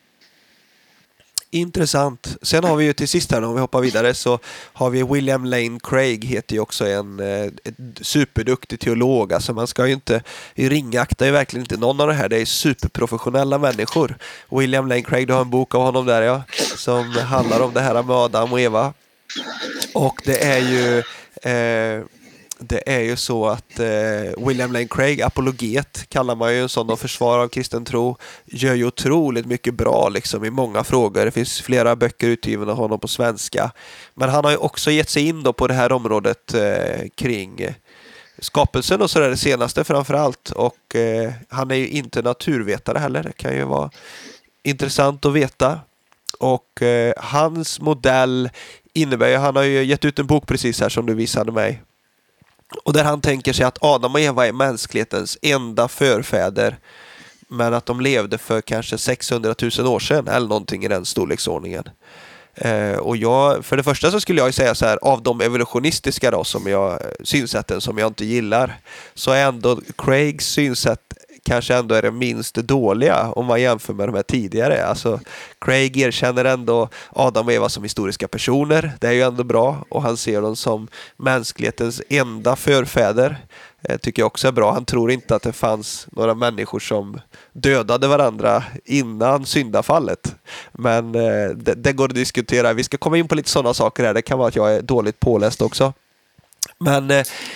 Intressant. Sen har vi ju till sist här, om vi hoppar vidare, så har vi William Lane Craig, heter ju också en superduktig teolog. Alltså man ska ju inte ringakta ju verkligen inte någon av det här. Det är superprofessionella människor. William Lane Craig, du har en bok av honom där, ja, som handlar om det här med Adam och Eva. Och det är ju Det är ju så att William Lane Craig, apologet kallar man ju en sån, och försvar av kristen tro, gör ju otroligt mycket bra liksom i många frågor. Det finns flera böcker utgivna av honom på svenska. Men han har ju också gett sig in då på det här området kring skapelsen och sådär, det senaste framförallt. Och han är ju inte naturvetare heller. Det kan ju vara intressant att veta. Och hans modell innebär ju, han har ju gett ut en bok precis här som du visade mig. Och där han tänker sig att Adam och Eva är mänsklighetens enda förfäder, men att de levde för kanske 600 000 år sedan eller någonting i den storleksordningen. Och för det första så skulle jag säga så här, av de evolutionistiska då, synsätten som jag inte gillar, så är ändå Craigs synsätt kanske ändå är det minst dåliga om man jämför med de här tidigare. Alltså Craig erkänner ändå Adam och Eva som historiska personer. Det är ju ändå bra. Och han ser dem som mänsklighetens enda förfäder. Tycker jag också är bra. Han tror inte att det fanns några människor som dödade varandra innan syndafallet. Men det går att diskutera. Vi ska komma in på lite sådana saker här. Det kan vara att jag är dåligt påläst också. Men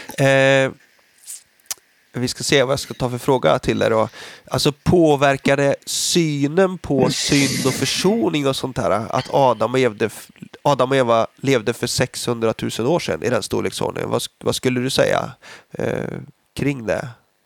vi ska se vad jag ska ta för fråga till er då. Alltså, påverkar det synen på synd och försoning och sånt här att Adam och Eva levde för 600 000 år sedan i den storleksordningen? Vad skulle du säga kring det?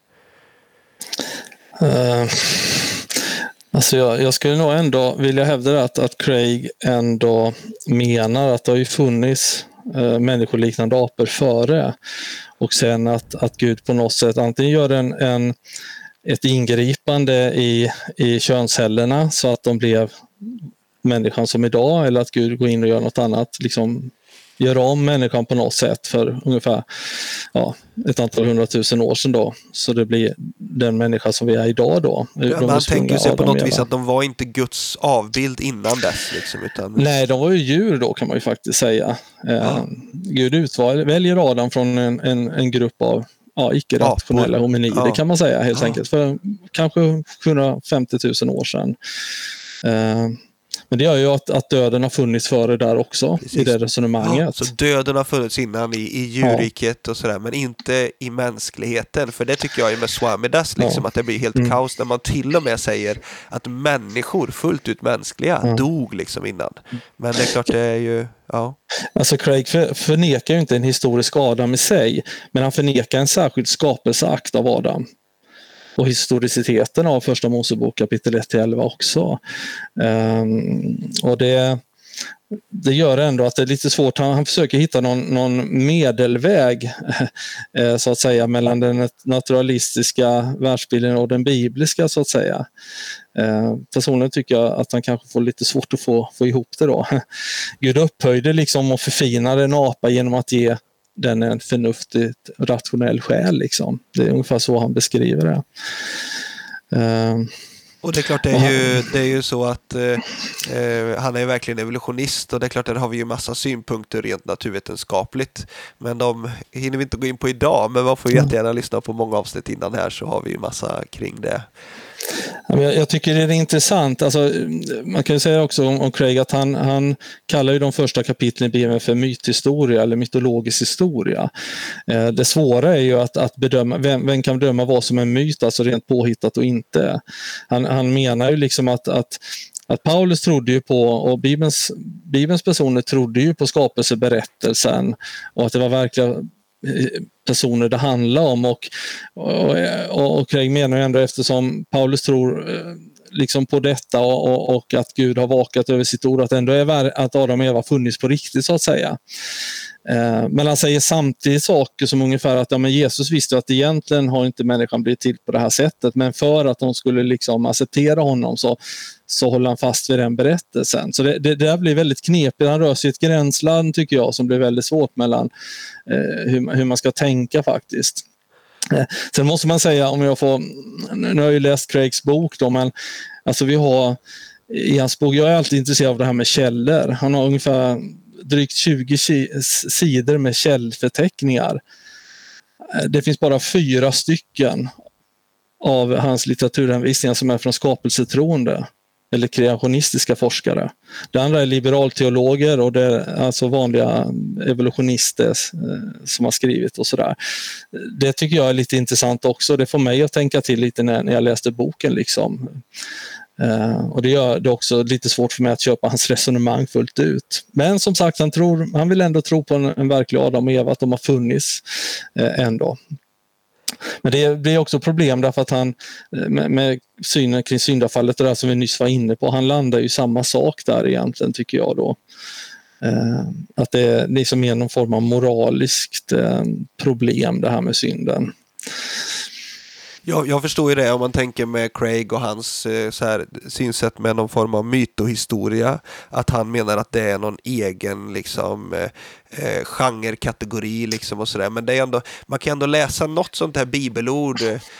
Alltså jag skulle nog ändå vilja hävda att Craig ändå menar att det har ju funnits människoliknande apor före, och sen att Gud på något sätt antingen gör ett ingripande i könscellerna så att de blev människan som idag, eller att Gud går in och gör något annat, liksom gör om människan på något sätt för ungefär ett antal 100 000 år sedan då, så det blir den människa som vi är idag då. Man tänker sig på något vis att de var inte Guds avbild innan dess liksom, utan... Nej, de var ju djur då, kan man ju faktiskt säga. Gud väljer Adam från en grupp av icke-rationella hominider, kan man säga helt enkelt, för kanske 750 000 år sedan. Men det gör ju att döden har funnits före där också. Precis. I det resonemanget. Ja, så döden har funnits innan i djurriket och sådär, men inte i mänskligheten. För det tycker jag är med Swamidas liksom, att det blir helt kaos när man till och med säger att människor, fullt ut mänskliga, dog liksom innan. Men det är klart, det är ju... Ja. Alltså Craig förnekar ju inte en historisk Adam i sig, men han förnekar en särskild skapelseakt av Adam. Och historiciteten av första Mosebok kapitel 1-11 också. Och det gör ändå att det är lite svårt. Han försöker hitta någon medelväg så att säga mellan den naturalistiska världsbilden och den bibliska så att säga. Personligen tycker jag att han kanske får lite svårt att få ihop det då. Gud upphöjde liksom och förfinade en apa genom att ge den är en förnuftigt rationell själ liksom. Det är ungefär så han beskriver det. Och det är klart, det är ju så att han är ju verkligen evolutionist, och det är klart, där har vi ju massa synpunkter rent naturvetenskapligt, men de hinner vi inte gå in på idag, men man får ju jättegärna lyssna på många avsnitt innan här, så har vi ju massa kring det. Jag tycker det är intressant. Alltså, man kan ju säga också om Craig att han kallar ju de första kapitlen i Bibeln för mythistoria eller mytologisk historia. Det svåra är ju att bedöma, vem kan bedöma vad som är myt, alltså rent påhittat och inte. Han menar ju liksom att Paulus trodde ju på, och Bibelns personer trodde ju på skapelseberättelsen, och att det var verkliga personer det handlar om, och Craig menar ju ändå, eftersom Paulus tror liksom på detta och att Gud har vakat över sitt ord, att ändå är att Adam och Eva funnits på riktigt så att säga. Men han säger samtidigt saker som ungefär att men Jesus visste att egentligen har inte människan blivit till på det här sättet, men för att de skulle liksom acceptera honom så håller han fast vid den berättelsen. Så det där blir väldigt knepigt. Han rör sig i ett gränsland tycker jag, som blir väldigt svårt mellan hur man ska tänka faktiskt. Sen måste man säga, om jag får, nu har jag ju läst Craigs bok då, men alltså vi har i hans bok, jag är alltid intresserad av det här med källor. Han har ungefär drygt 20 sidor med källförteckningar. Det finns bara 4 stycken av hans litteraturhänvisningar som är från skapelsetroende eller kreationistiska forskare. Det andra är liberalteologer och det är alltså vanliga evolutionister som har skrivit och sådär. Det tycker jag är lite intressant också. Det får mig att tänka till lite när jag läste boken liksom. Och det gör det också lite svårt för mig att köpa hans resonemang fullt ut. Men som sagt, han vill ändå tro på en verklig Adam och Eva, att de har funnits ändå. Men det blir också problem därför att han med synen kring syndafallet och det som vi nyss var inne på, han landar ju samma sak där egentligen, tycker jag då. Att det är liksom någon form av moraliskt problem det här med synden. Jag förstår ju det om man tänker med Craig och hans så här, synsätt med någon form av mytohistoria. Att han menar att det är någon egen liksom, genrekategori liksom och sådär. Men det är ändå, man kan ändå läsa något sånt här bibelord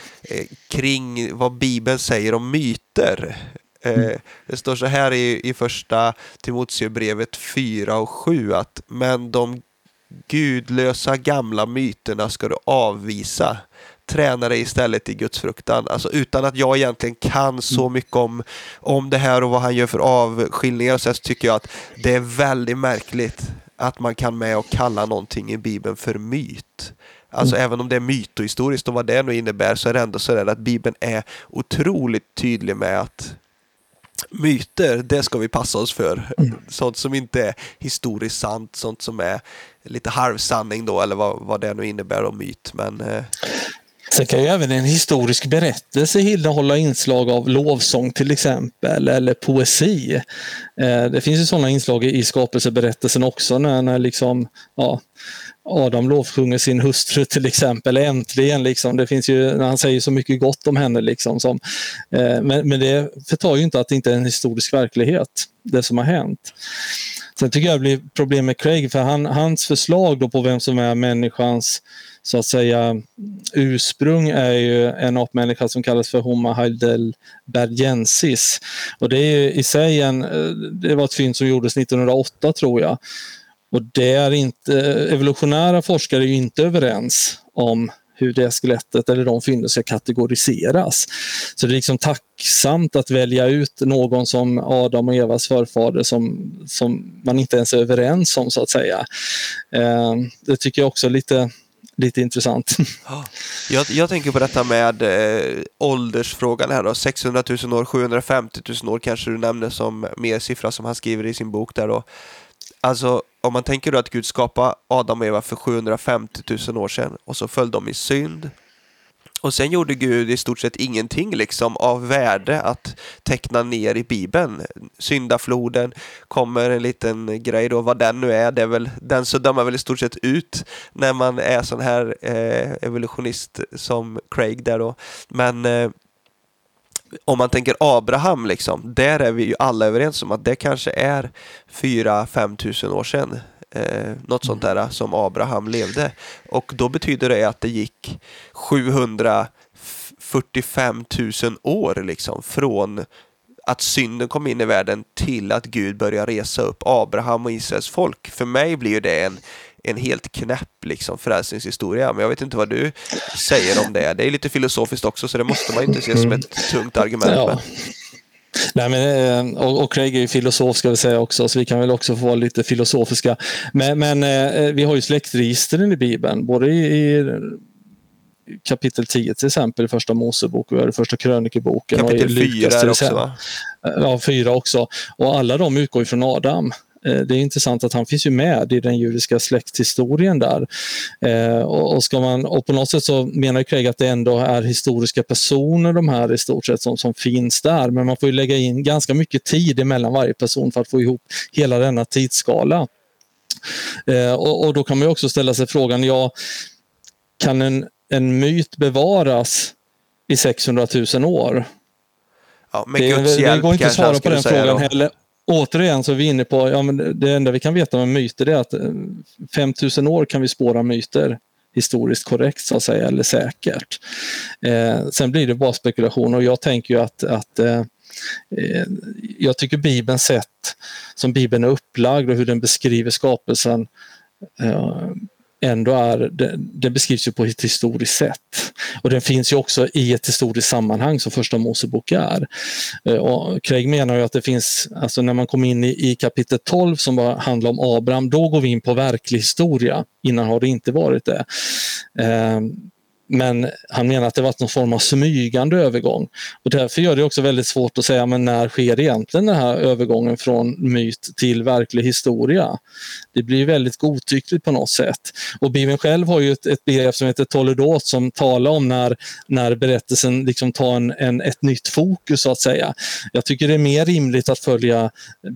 kring vad Bibeln säger om myter. Det står så här i första Timoteusbrevet 4:7 att men de gudlösa gamla myterna ska du avvisa. Träna dig istället i Guds fruktan. Alltså utan att jag egentligen kan så mycket om det här och vad han gör för avskiljningar, så tycker jag att det är väldigt märkligt att man kan med och kalla någonting i Bibeln för myt. Alltså även om det är mytohistoriskt och vad det nu innebär, så är det ändå så där att Bibeln är otroligt tydlig med att myter, det ska vi passa oss för. Sånt som inte är historiskt sant, sånt som är lite halvsanning då, eller vad det nu innebär om myt. Men sen kan ju även en historisk berättelse innehålla inslag av lovsång till exempel, eller poesi. Det finns ju sådana inslag i skapelseberättelsen också när liksom, Adam lovsjunger sin hustru till exempel, äntligen liksom. Det finns ju, när han säger så mycket gott om henne liksom, men det förtar ju inte att det inte är en historisk verklighet, det som har hänt. Sen tycker jag det blir problem med Craig, för hans förslag då på vem som är människans så att säga ursprung är ju en apmänniska som kallas för Homo heidelbergensis. Och det är i sig det var ett fynd som gjordes 1908 tror jag. Och det är inte, evolutionära forskare är ju inte överens om hur det skelettet eller de fynden ska kategoriseras. Så det är liksom tacksamt att välja ut någon som Adam och Evas förfader som man inte ens är överens om, så att säga. Det tycker jag också är lite intressant. Jag tänker på detta med åldersfrågan här då. 600 000 år, 750 000 år kanske du nämner som mer siffra som han skriver i sin bok där då. Alltså om man tänker då att Gud skapade Adam och Eva för 750 000 år sedan och så föll de i synd. Och sen gjorde Gud i stort sett ingenting liksom av värde att teckna ner i Bibeln. Syndafloden kommer en liten grej då, vad den nu är, det är väl, den så dömer väl i stort sett ut när man är sån här evolutionist som Craig där då. Men om man tänker Abraham liksom, där är vi ju alla överens om att det kanske är 4-5 000 år sedan. Något sånt där som Abraham levde. Och då betyder det att det gick 745 000 år liksom, från att synden kom in i världen till att Gud börjar resa upp Abraham och Israels folk. För mig blir det en helt knäpp liksom, frälsningshistoria. Men jag vet inte vad du säger om det. Det är lite filosofiskt också, så det måste man inte se som ett tungt argument. Ja. Nej, men, och Craig är ju filosof ska vi säga också, så vi kan väl också få vara lite filosofiska. Men vi har ju släktregistren i Bibeln, både i kapitel 10 till exempel i första Mosebok, vi har första krönikeboken. Kapitel 4 också, va? Ja, 4 också. Och alla de utgår ju från Adam. Det är intressant att han finns ju med i den judiska släkthistorien där. Och på något sätt så menar Craig att det ändå är historiska personer de här i stort sett som finns där. Men man får ju lägga in ganska mycket tid emellan varje person för att få ihop hela denna tidsskala. Och då kan man ju också ställa sig frågan, kan en myt bevaras i 600 000 år? Ja, med Guds hjälp, det går inte att svara på den frågan då heller. Återigen så är vi inne på, men det enda vi kan veta med myter är att 5000 år kan vi spåra myter historiskt korrekt så att säga, eller säkert. Sen blir det bara spekulation, och jag tänker ju att jag tycker Bibelns sätt som Bibeln är upplagd och hur den beskriver skapelsen ändå är, det beskrivs ju på ett historiskt sätt. Och den finns ju också i ett historiskt sammanhang som första Mosebok är. Och Craig menar ju att det finns, alltså när man kommer in i kapitel 12 som bara handlar om Abraham, då går vi in på verklig historia. Innan har det inte varit det. Men han menar att det varit någon form av smygande övergång. Och därför gör det också väldigt svårt att säga, men när sker egentligen den här övergången från myt till verklig historia? Det blir väldigt godtyckligt på något sätt. Och Bibeln själv har ju ett begrepp som heter toledot som talar om när berättelsen liksom tar ett nytt fokus så att säga. Jag tycker det är mer rimligt att följa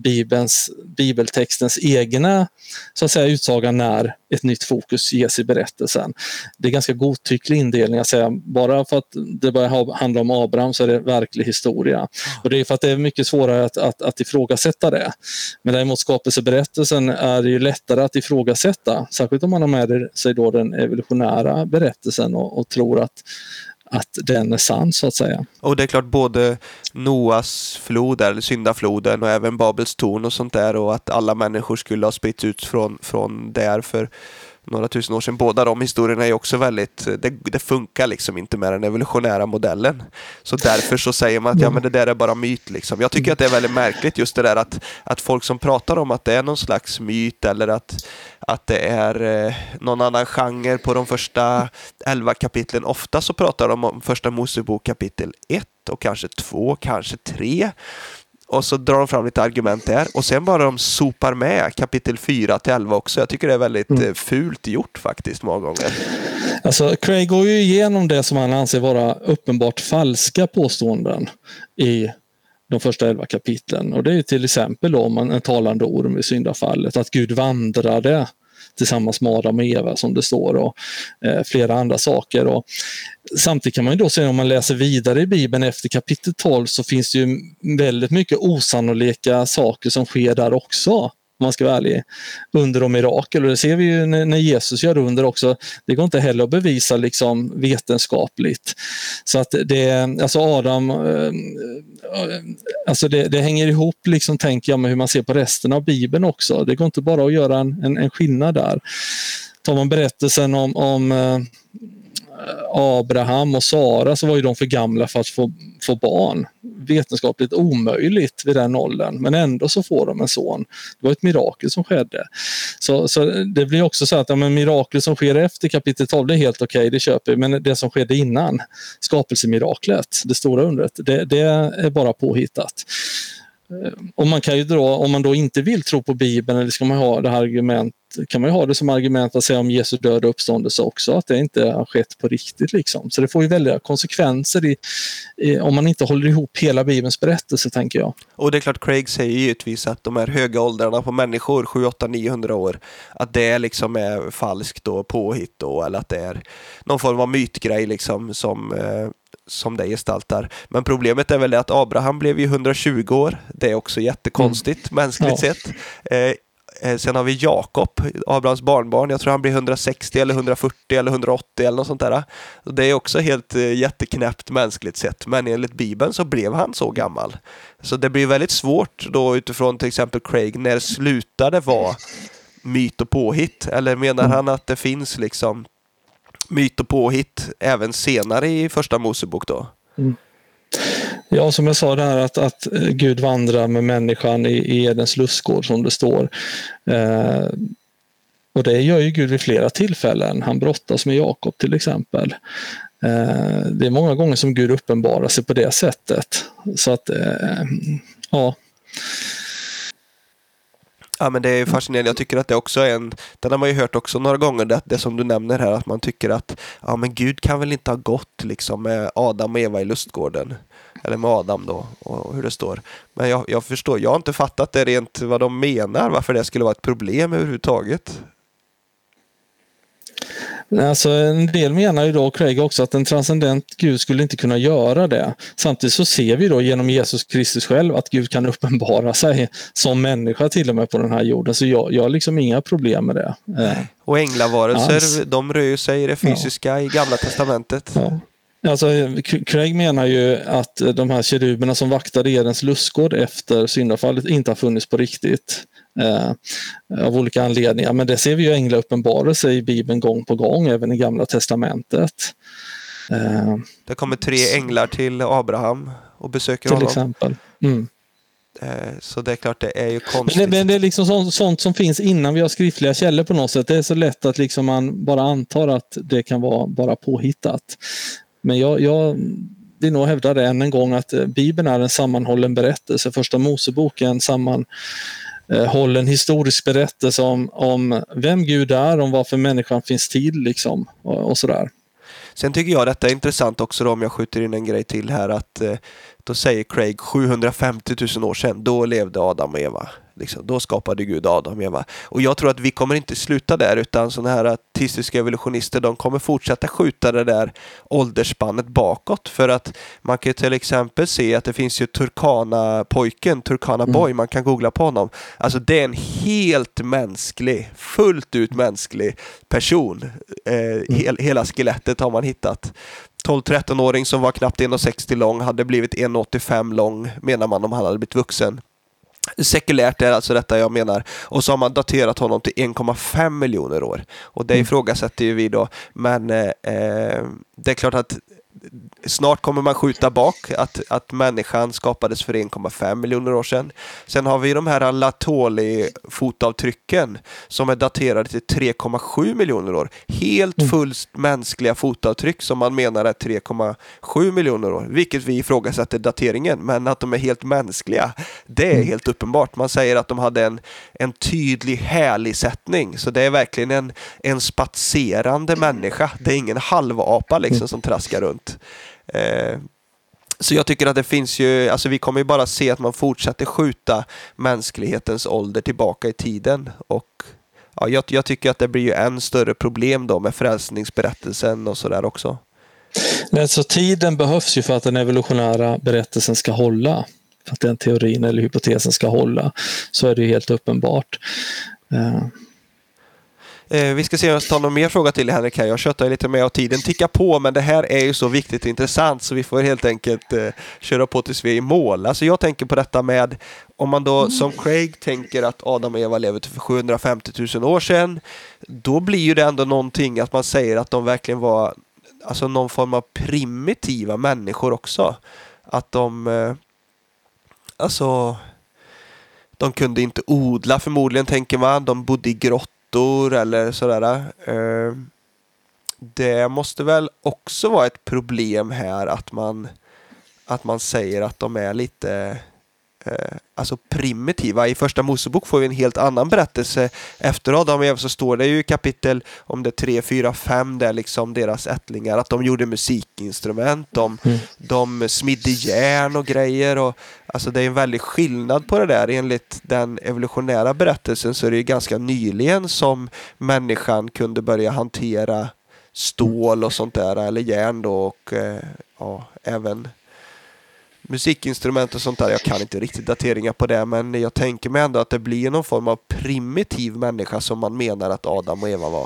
bibeltextens egna så att säga utsaga när ett nytt fokus ges i berättelsen. Det är ganska godtycklig indelning att säga, bara för att det bara handlar om Abraham så är det verklig historia. Och det är för att det är mycket svårare att ifrågasätta det. Men däremot skapelseberättelsen är ju lättare att ifrågasätta, särskilt om man har med sig då den evolutionära berättelsen och tror att den är sann så att säga. Och det är klart både Noas flod eller syndafloden och även Babels torn och sånt där, och att alla människor skulle ha spritts ut från där för några tusen år sedan. Båda de historierna är också väldigt, det funkar liksom inte med den evolutionära modellen. Så därför så säger man att ja, men det där är bara myt liksom. Jag tycker att det är väldigt märkligt just det där att folk som pratar om att det är någon slags myt eller att det är någon annan genre på de första 11 kapitlen. Ofta så pratar de om första Mosebok kapitel 1 och kanske 2, kanske 3. Och så drar de fram lite argument där. Och sen bara de sopar med kapitel 4 till 11 också. Jag tycker det är väldigt fult gjort faktiskt många gånger. Alltså Craig går ju igenom det som han anser vara uppenbart falska påståenden i de första 11 kapitlen. Och det är ju till exempel om en talande orm i syndafallet. Att Gud vandrade tillsammans med Adam och Eva som det står och flera andra saker. Och samtidigt kan man ju då se om man läser vidare i Bibeln efter kapitel 12 så finns det ju väldigt mycket osannolika saker som sker där också. Om man ska vara ärlig. Under och mirakel. Och det ser vi ju när Jesus gör under också. Det går inte heller att bevisa liksom vetenskapligt. Så att alltså Adam, alltså det hänger ihop liksom, tänker jag, med hur man ser på resten av Bibeln också. Det går inte bara att göra en skillnad där. Tar man berättelsen om Abraham och Sara så var ju de för gamla för att få barn. Vetenskapligt omöjligt vid den åldern, men ändå så får de en son. Det var ett mirakel som skedde. Så det blir också så att mirakel som sker efter kapitel 12 det är helt okej, det köper vi, men det som skedde innan, skapelsemiraklet, det stora undret, det är bara påhittat. Och man kan ju om man då inte vill tro på Bibeln, eller ska man ha det här argument, kan man ju ha det som argument att säga om Jesu död och uppståndelse också, att det inte har skett på riktigt liksom. Så det får ju väldiga konsekvenser om man inte håller ihop hela Bibelns berättelse, tänker jag. Och det är klart, Craig säger givetvis att de här höga åldrarna på människor, 7, 8, 900 år, att det liksom är falskt och påhitt då, eller att det är någon form av mytgrej liksom som det gestaltar. Men problemet är väl att Abraham blev ju 120 år. Det är också jättekonstigt mänskligt sett. Sen har vi Jakob, Abrahams barnbarn. Jag tror han blir 160 eller 140 eller 180 eller något sånt där. Det är också helt jätteknäppt mänskligt sett. Men enligt Bibeln så blev han så gammal. Så det blir väldigt svårt då utifrån till exempel Craig. När slutade vara myt och påhitt? Eller menar han att det finns liksom myt och påhitt även senare i första Mosebok då? Ja, som jag sa där att Gud vandrar med människan i Edens lustgård som det står. Och det gör ju Gud vid flera tillfällen. Han brottas med Jakob till exempel. Det är många gånger som Gud uppenbarar sig på det sättet. Så att, ja. Ja, men det är fascinerande. Jag tycker att det också är den har man ju hört också några gånger, det som du nämner här, att man tycker att ja, men Gud kan väl inte ha gått liksom med Adam och Eva i lustgården, eller med Adam då, och hur det står. Men jag förstår, jag har inte fattat det rent vad de menar, varför det skulle vara ett problem överhuvudtaget. Alltså, en del menar ju då Craig också att en transcendent Gud skulle inte kunna göra det. Samtidigt så ser vi då genom Jesus Kristus själv att Gud kan uppenbara sig som människa till och med på den här jorden. Så jag har liksom inga problem med det. Och änglavarelser, de rör sig i det fysiska i Gamla testamentet. Ja. Alltså, Craig menar ju att de här keruberna som vaktade Edens lustgård efter syndafallet inte har funnits på riktigt. av olika anledningar. Men det ser vi ju änglauppenbarelse i Bibeln gång på gång, även i Gamla testamentet. Det kommer 3 änglar till Abraham och besöker till honom. Exempel. Så det är klart, det är ju konstigt. Men det är liksom sånt som finns innan vi har skriftliga källor på något sätt. Det är så lätt att liksom man bara antar att det kan vara bara påhittat. Men jag vill nog hävda det än en gång att Bibeln är en sammanhållen berättelse. Första Mosebok är en sammanhållen historisk berättelse om vem Gud är, om varför människan finns till liksom, och sådär. Sen tycker jag detta är intressant också då, om jag skjuter in en grej till här, att då säger Craig 750 000 år sedan, då levde Adam och Eva. Liksom, då skapade Gud Adam och Eva. Och jag tror att vi kommer inte sluta där, utan sådana här artistiska evolutionister, de kommer fortsätta skjuta det där åldersspannet bakåt. För att man kan till exempel se att det finns ju Turkana Boy, man kan googla på honom. Alltså det är en helt mänsklig, fullt ut mänsklig person. Hela skelettet har man hittat. 12-13-åring som var knappt 1,60 lång hade blivit 1,85 lång, menar man, om han hade blivit vuxen. Sekulärt är alltså detta jag menar. Och så har man daterat honom till 1,5 miljoner år. Och det ifrågasätter ju vi då. Men det är klart att snart kommer man skjuta bak att människan skapades för 1,5 miljoner år sedan. Sen har vi de här Laetoli-fotavtrycken som är daterade till 3,7 miljoner år. Helt fullt mänskliga fotavtryck som man menar är 3,7 miljoner år. Vilket vi ifrågasätter dateringen. Men att de är helt mänskliga, det är helt uppenbart. Man säger att de hade en tydlig härligsättning. Så det är verkligen en spatserande människa. Det är ingen halvapa liksom som traskar runt. Så jag tycker att det finns ju, alltså vi kommer ju bara se att man fortsätter skjuta mänsklighetens ålder tillbaka i tiden. Och ja, jag tycker att det blir ju än större problem då med frälsningsberättelsen och sådär också. Nej, så tiden behövs ju för att den evolutionära berättelsen ska hålla. För att den teorin eller hypotesen ska hålla. Så är det ju helt uppenbart. Vi ska se om jag tar någon mer fråga till Henrik här. Jag köttar lite med och tiden tickar på, men det här är ju så viktigt och intressant så vi får helt enkelt köra på tills vi är i mål. Alltså jag tänker på detta med, om man då som Craig tänker att Adam och Eva levde för 750 000 år sedan, då blir ju det ändå någonting att man säger att de verkligen var alltså någon form av primitiva människor också. Att de de kunde inte odla förmodligen, tänker man. De bodde i grottor eller sådär. Det måste väl också vara ett problem här att man säger att de är lite alltså primitiva. I första Mosebok får vi en helt annan berättelse. Efter Adam och Eva så står det ju i kapitel om det 3, 4, 5 där liksom deras ättlingar, att de gjorde musikinstrument, de smidde järn och grejer, och alltså det är en väldig skillnad på det där. Enligt den evolutionära berättelsen så är det ju ganska nyligen som människan kunde börja hantera stål och sånt där, eller järn då, och även musikinstrument och sånt där. Jag kan inte riktigt dateringar på det, men jag tänker mig ändå att det blir någon form av primitiv människa som man menar att Adam och Eva var.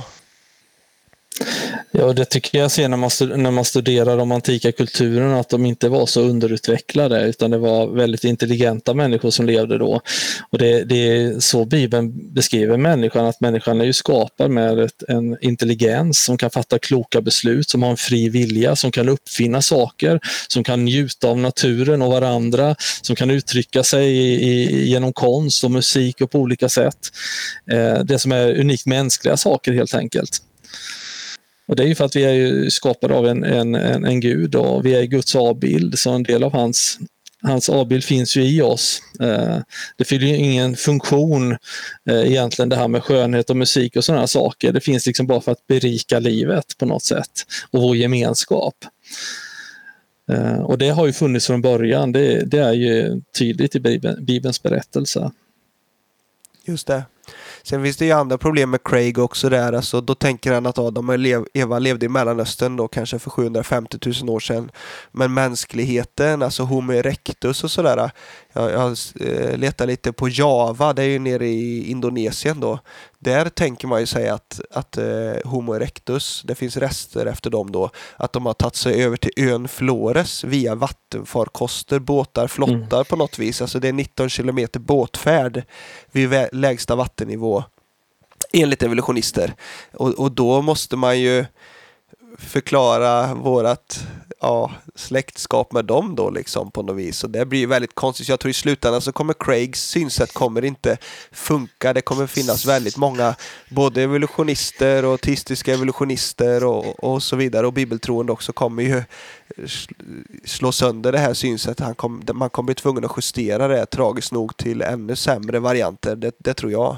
Ja, det tycker jag ser när man studerar de antika kulturerna, att de inte var så underutvecklade utan det var väldigt intelligenta människor som levde då. Och det är så Bibeln beskriver människan, att människan är ju skapad med en intelligens som kan fatta kloka beslut, som har en fri vilja, som kan uppfinna saker, som kan njuta av naturen och varandra, som kan uttrycka sig genom konst och musik och på olika sätt. Det som är unikt mänskliga saker helt enkelt. Och det är ju för att vi är ju skapade av en Gud, och vi är Guds avbild, så en del av hans avbild finns ju i oss. Det fyller ju ingen funktion egentligen, det här med skönhet och musik och sådana saker. Det finns liksom bara för att berika livet på något sätt och vår gemenskap. Och det har ju funnits från början. Det är ju tydligt i Bibelns berättelse. Just det. Sen finns det ju andra problem med Craig också där. Alltså, då tänker han att Eva levde i Mellanöstern då kanske för 750 000 år sedan. Men mänskligheten, alltså Homo erectus och sådär. Jag letar lite på Java, det är ju nere i Indonesien då. Där tänker man ju säga att Homo erectus, det finns rester efter dem då, att de har tagit sig över till ön Flores via vattenfarkoster, båtar, flottar på något vis. Alltså det är 19 kilometer båtfärd vid lägsta vattennivå enligt evolutionister. Och då måste man ju förklara vårat släktskap med dem då liksom på något vis. Och det blir ju väldigt konstigt. Jag tror i slutändan så kommer Craigs synsätt kommer inte funka. Det kommer finnas väldigt många både evolutionister och teistiska evolutionister och så vidare. Och bibeltroende också kommer ju slå sönder det här synsättet. Man kommer bli tvungen att justera det tragiskt nog till ännu sämre varianter. Det tror jag.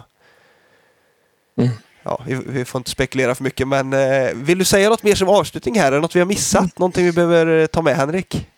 Ja, vi får inte spekulera för mycket, men vill du säga något mer som avslutning här? Är det något vi har missat? Någonting vi behöver ta med, Henrik?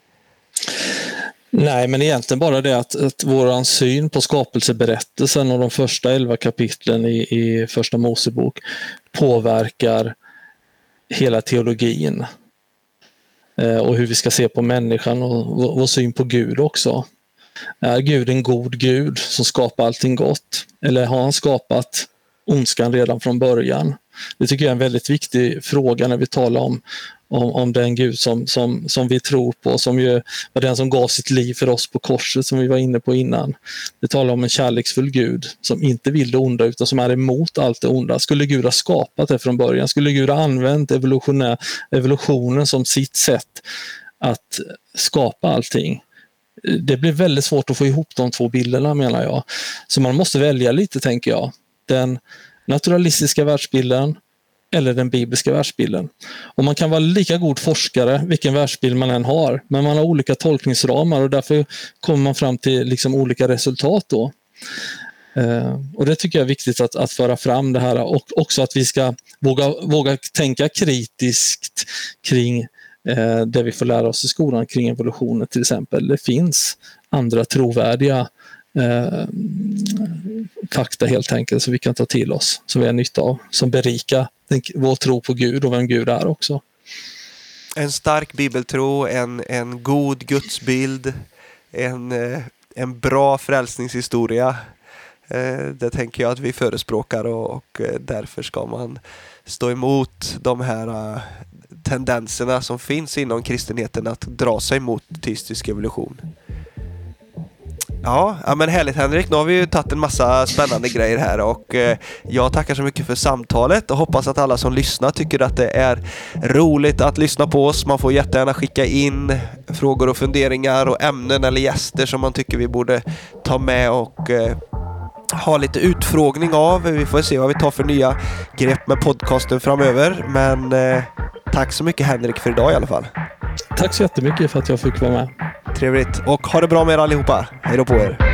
Nej, men egentligen bara det att våran syn på skapelseberättelsen och de första 11 kapitlen i första Mosebok påverkar hela teologin. Och hur vi ska se på människan och vår syn på Gud också. Är Gud en god Gud som skapar allting gott? Eller har han skapat ondskan redan från början? Det tycker jag är en väldigt viktig fråga när vi talar om den Gud som vi tror på, som ju var den som gav sitt liv för oss på korset, som vi var inne på innan. Vi talar om en kärleksfull Gud som inte vill det onda utan som är emot allt det onda. Skulle Gud ha skapat det från början? Skulle Gud ha använt evolutionen som sitt sätt att skapa allting? Det blir väldigt svårt att få ihop de två bilderna, menar jag. Så man måste välja lite, tänker jag. Den naturalistiska världsbilden eller den bibliska världsbilden. Och man kan vara lika god forskare vilken världsbild man än har, men man har olika tolkningsramar och därför kommer man fram till liksom olika resultat då. Och det tycker jag är viktigt att föra fram det här, och också att vi ska våga tänka kritiskt kring det vi får lära oss i skolan kring evolutionen till exempel. Det finns andra trovärdiga fakta helt enkelt som vi kan ta till oss, som vi har nytta av, som berikar vår tro på Gud och vem Gud är också. En stark bibeltro, en god gudsbild, en bra frälsningshistoria. Det tänker jag att vi förespråkar, och därför ska man stå emot de här tendenserna som finns inom kristenheten att dra sig mot teistisk evolution. Ja, men härligt, Henrik. Nu har vi ju tagit en massa spännande grejer här, och jag tackar så mycket för samtalet och hoppas att alla som lyssnar tycker att det är roligt att lyssna på oss. Man får jättegärna skicka in frågor och funderingar och ämnen eller gäster som man tycker vi borde ta med och ha lite utfrågning av. Vi får se vad vi tar för nya grepp med podcasten framöver. Men tack så mycket, Henrik, för idag i alla fall. Tack så jättemycket för att jag fick vara med. Trevligt. Och ha det bra med er allihopa. Hej då på er.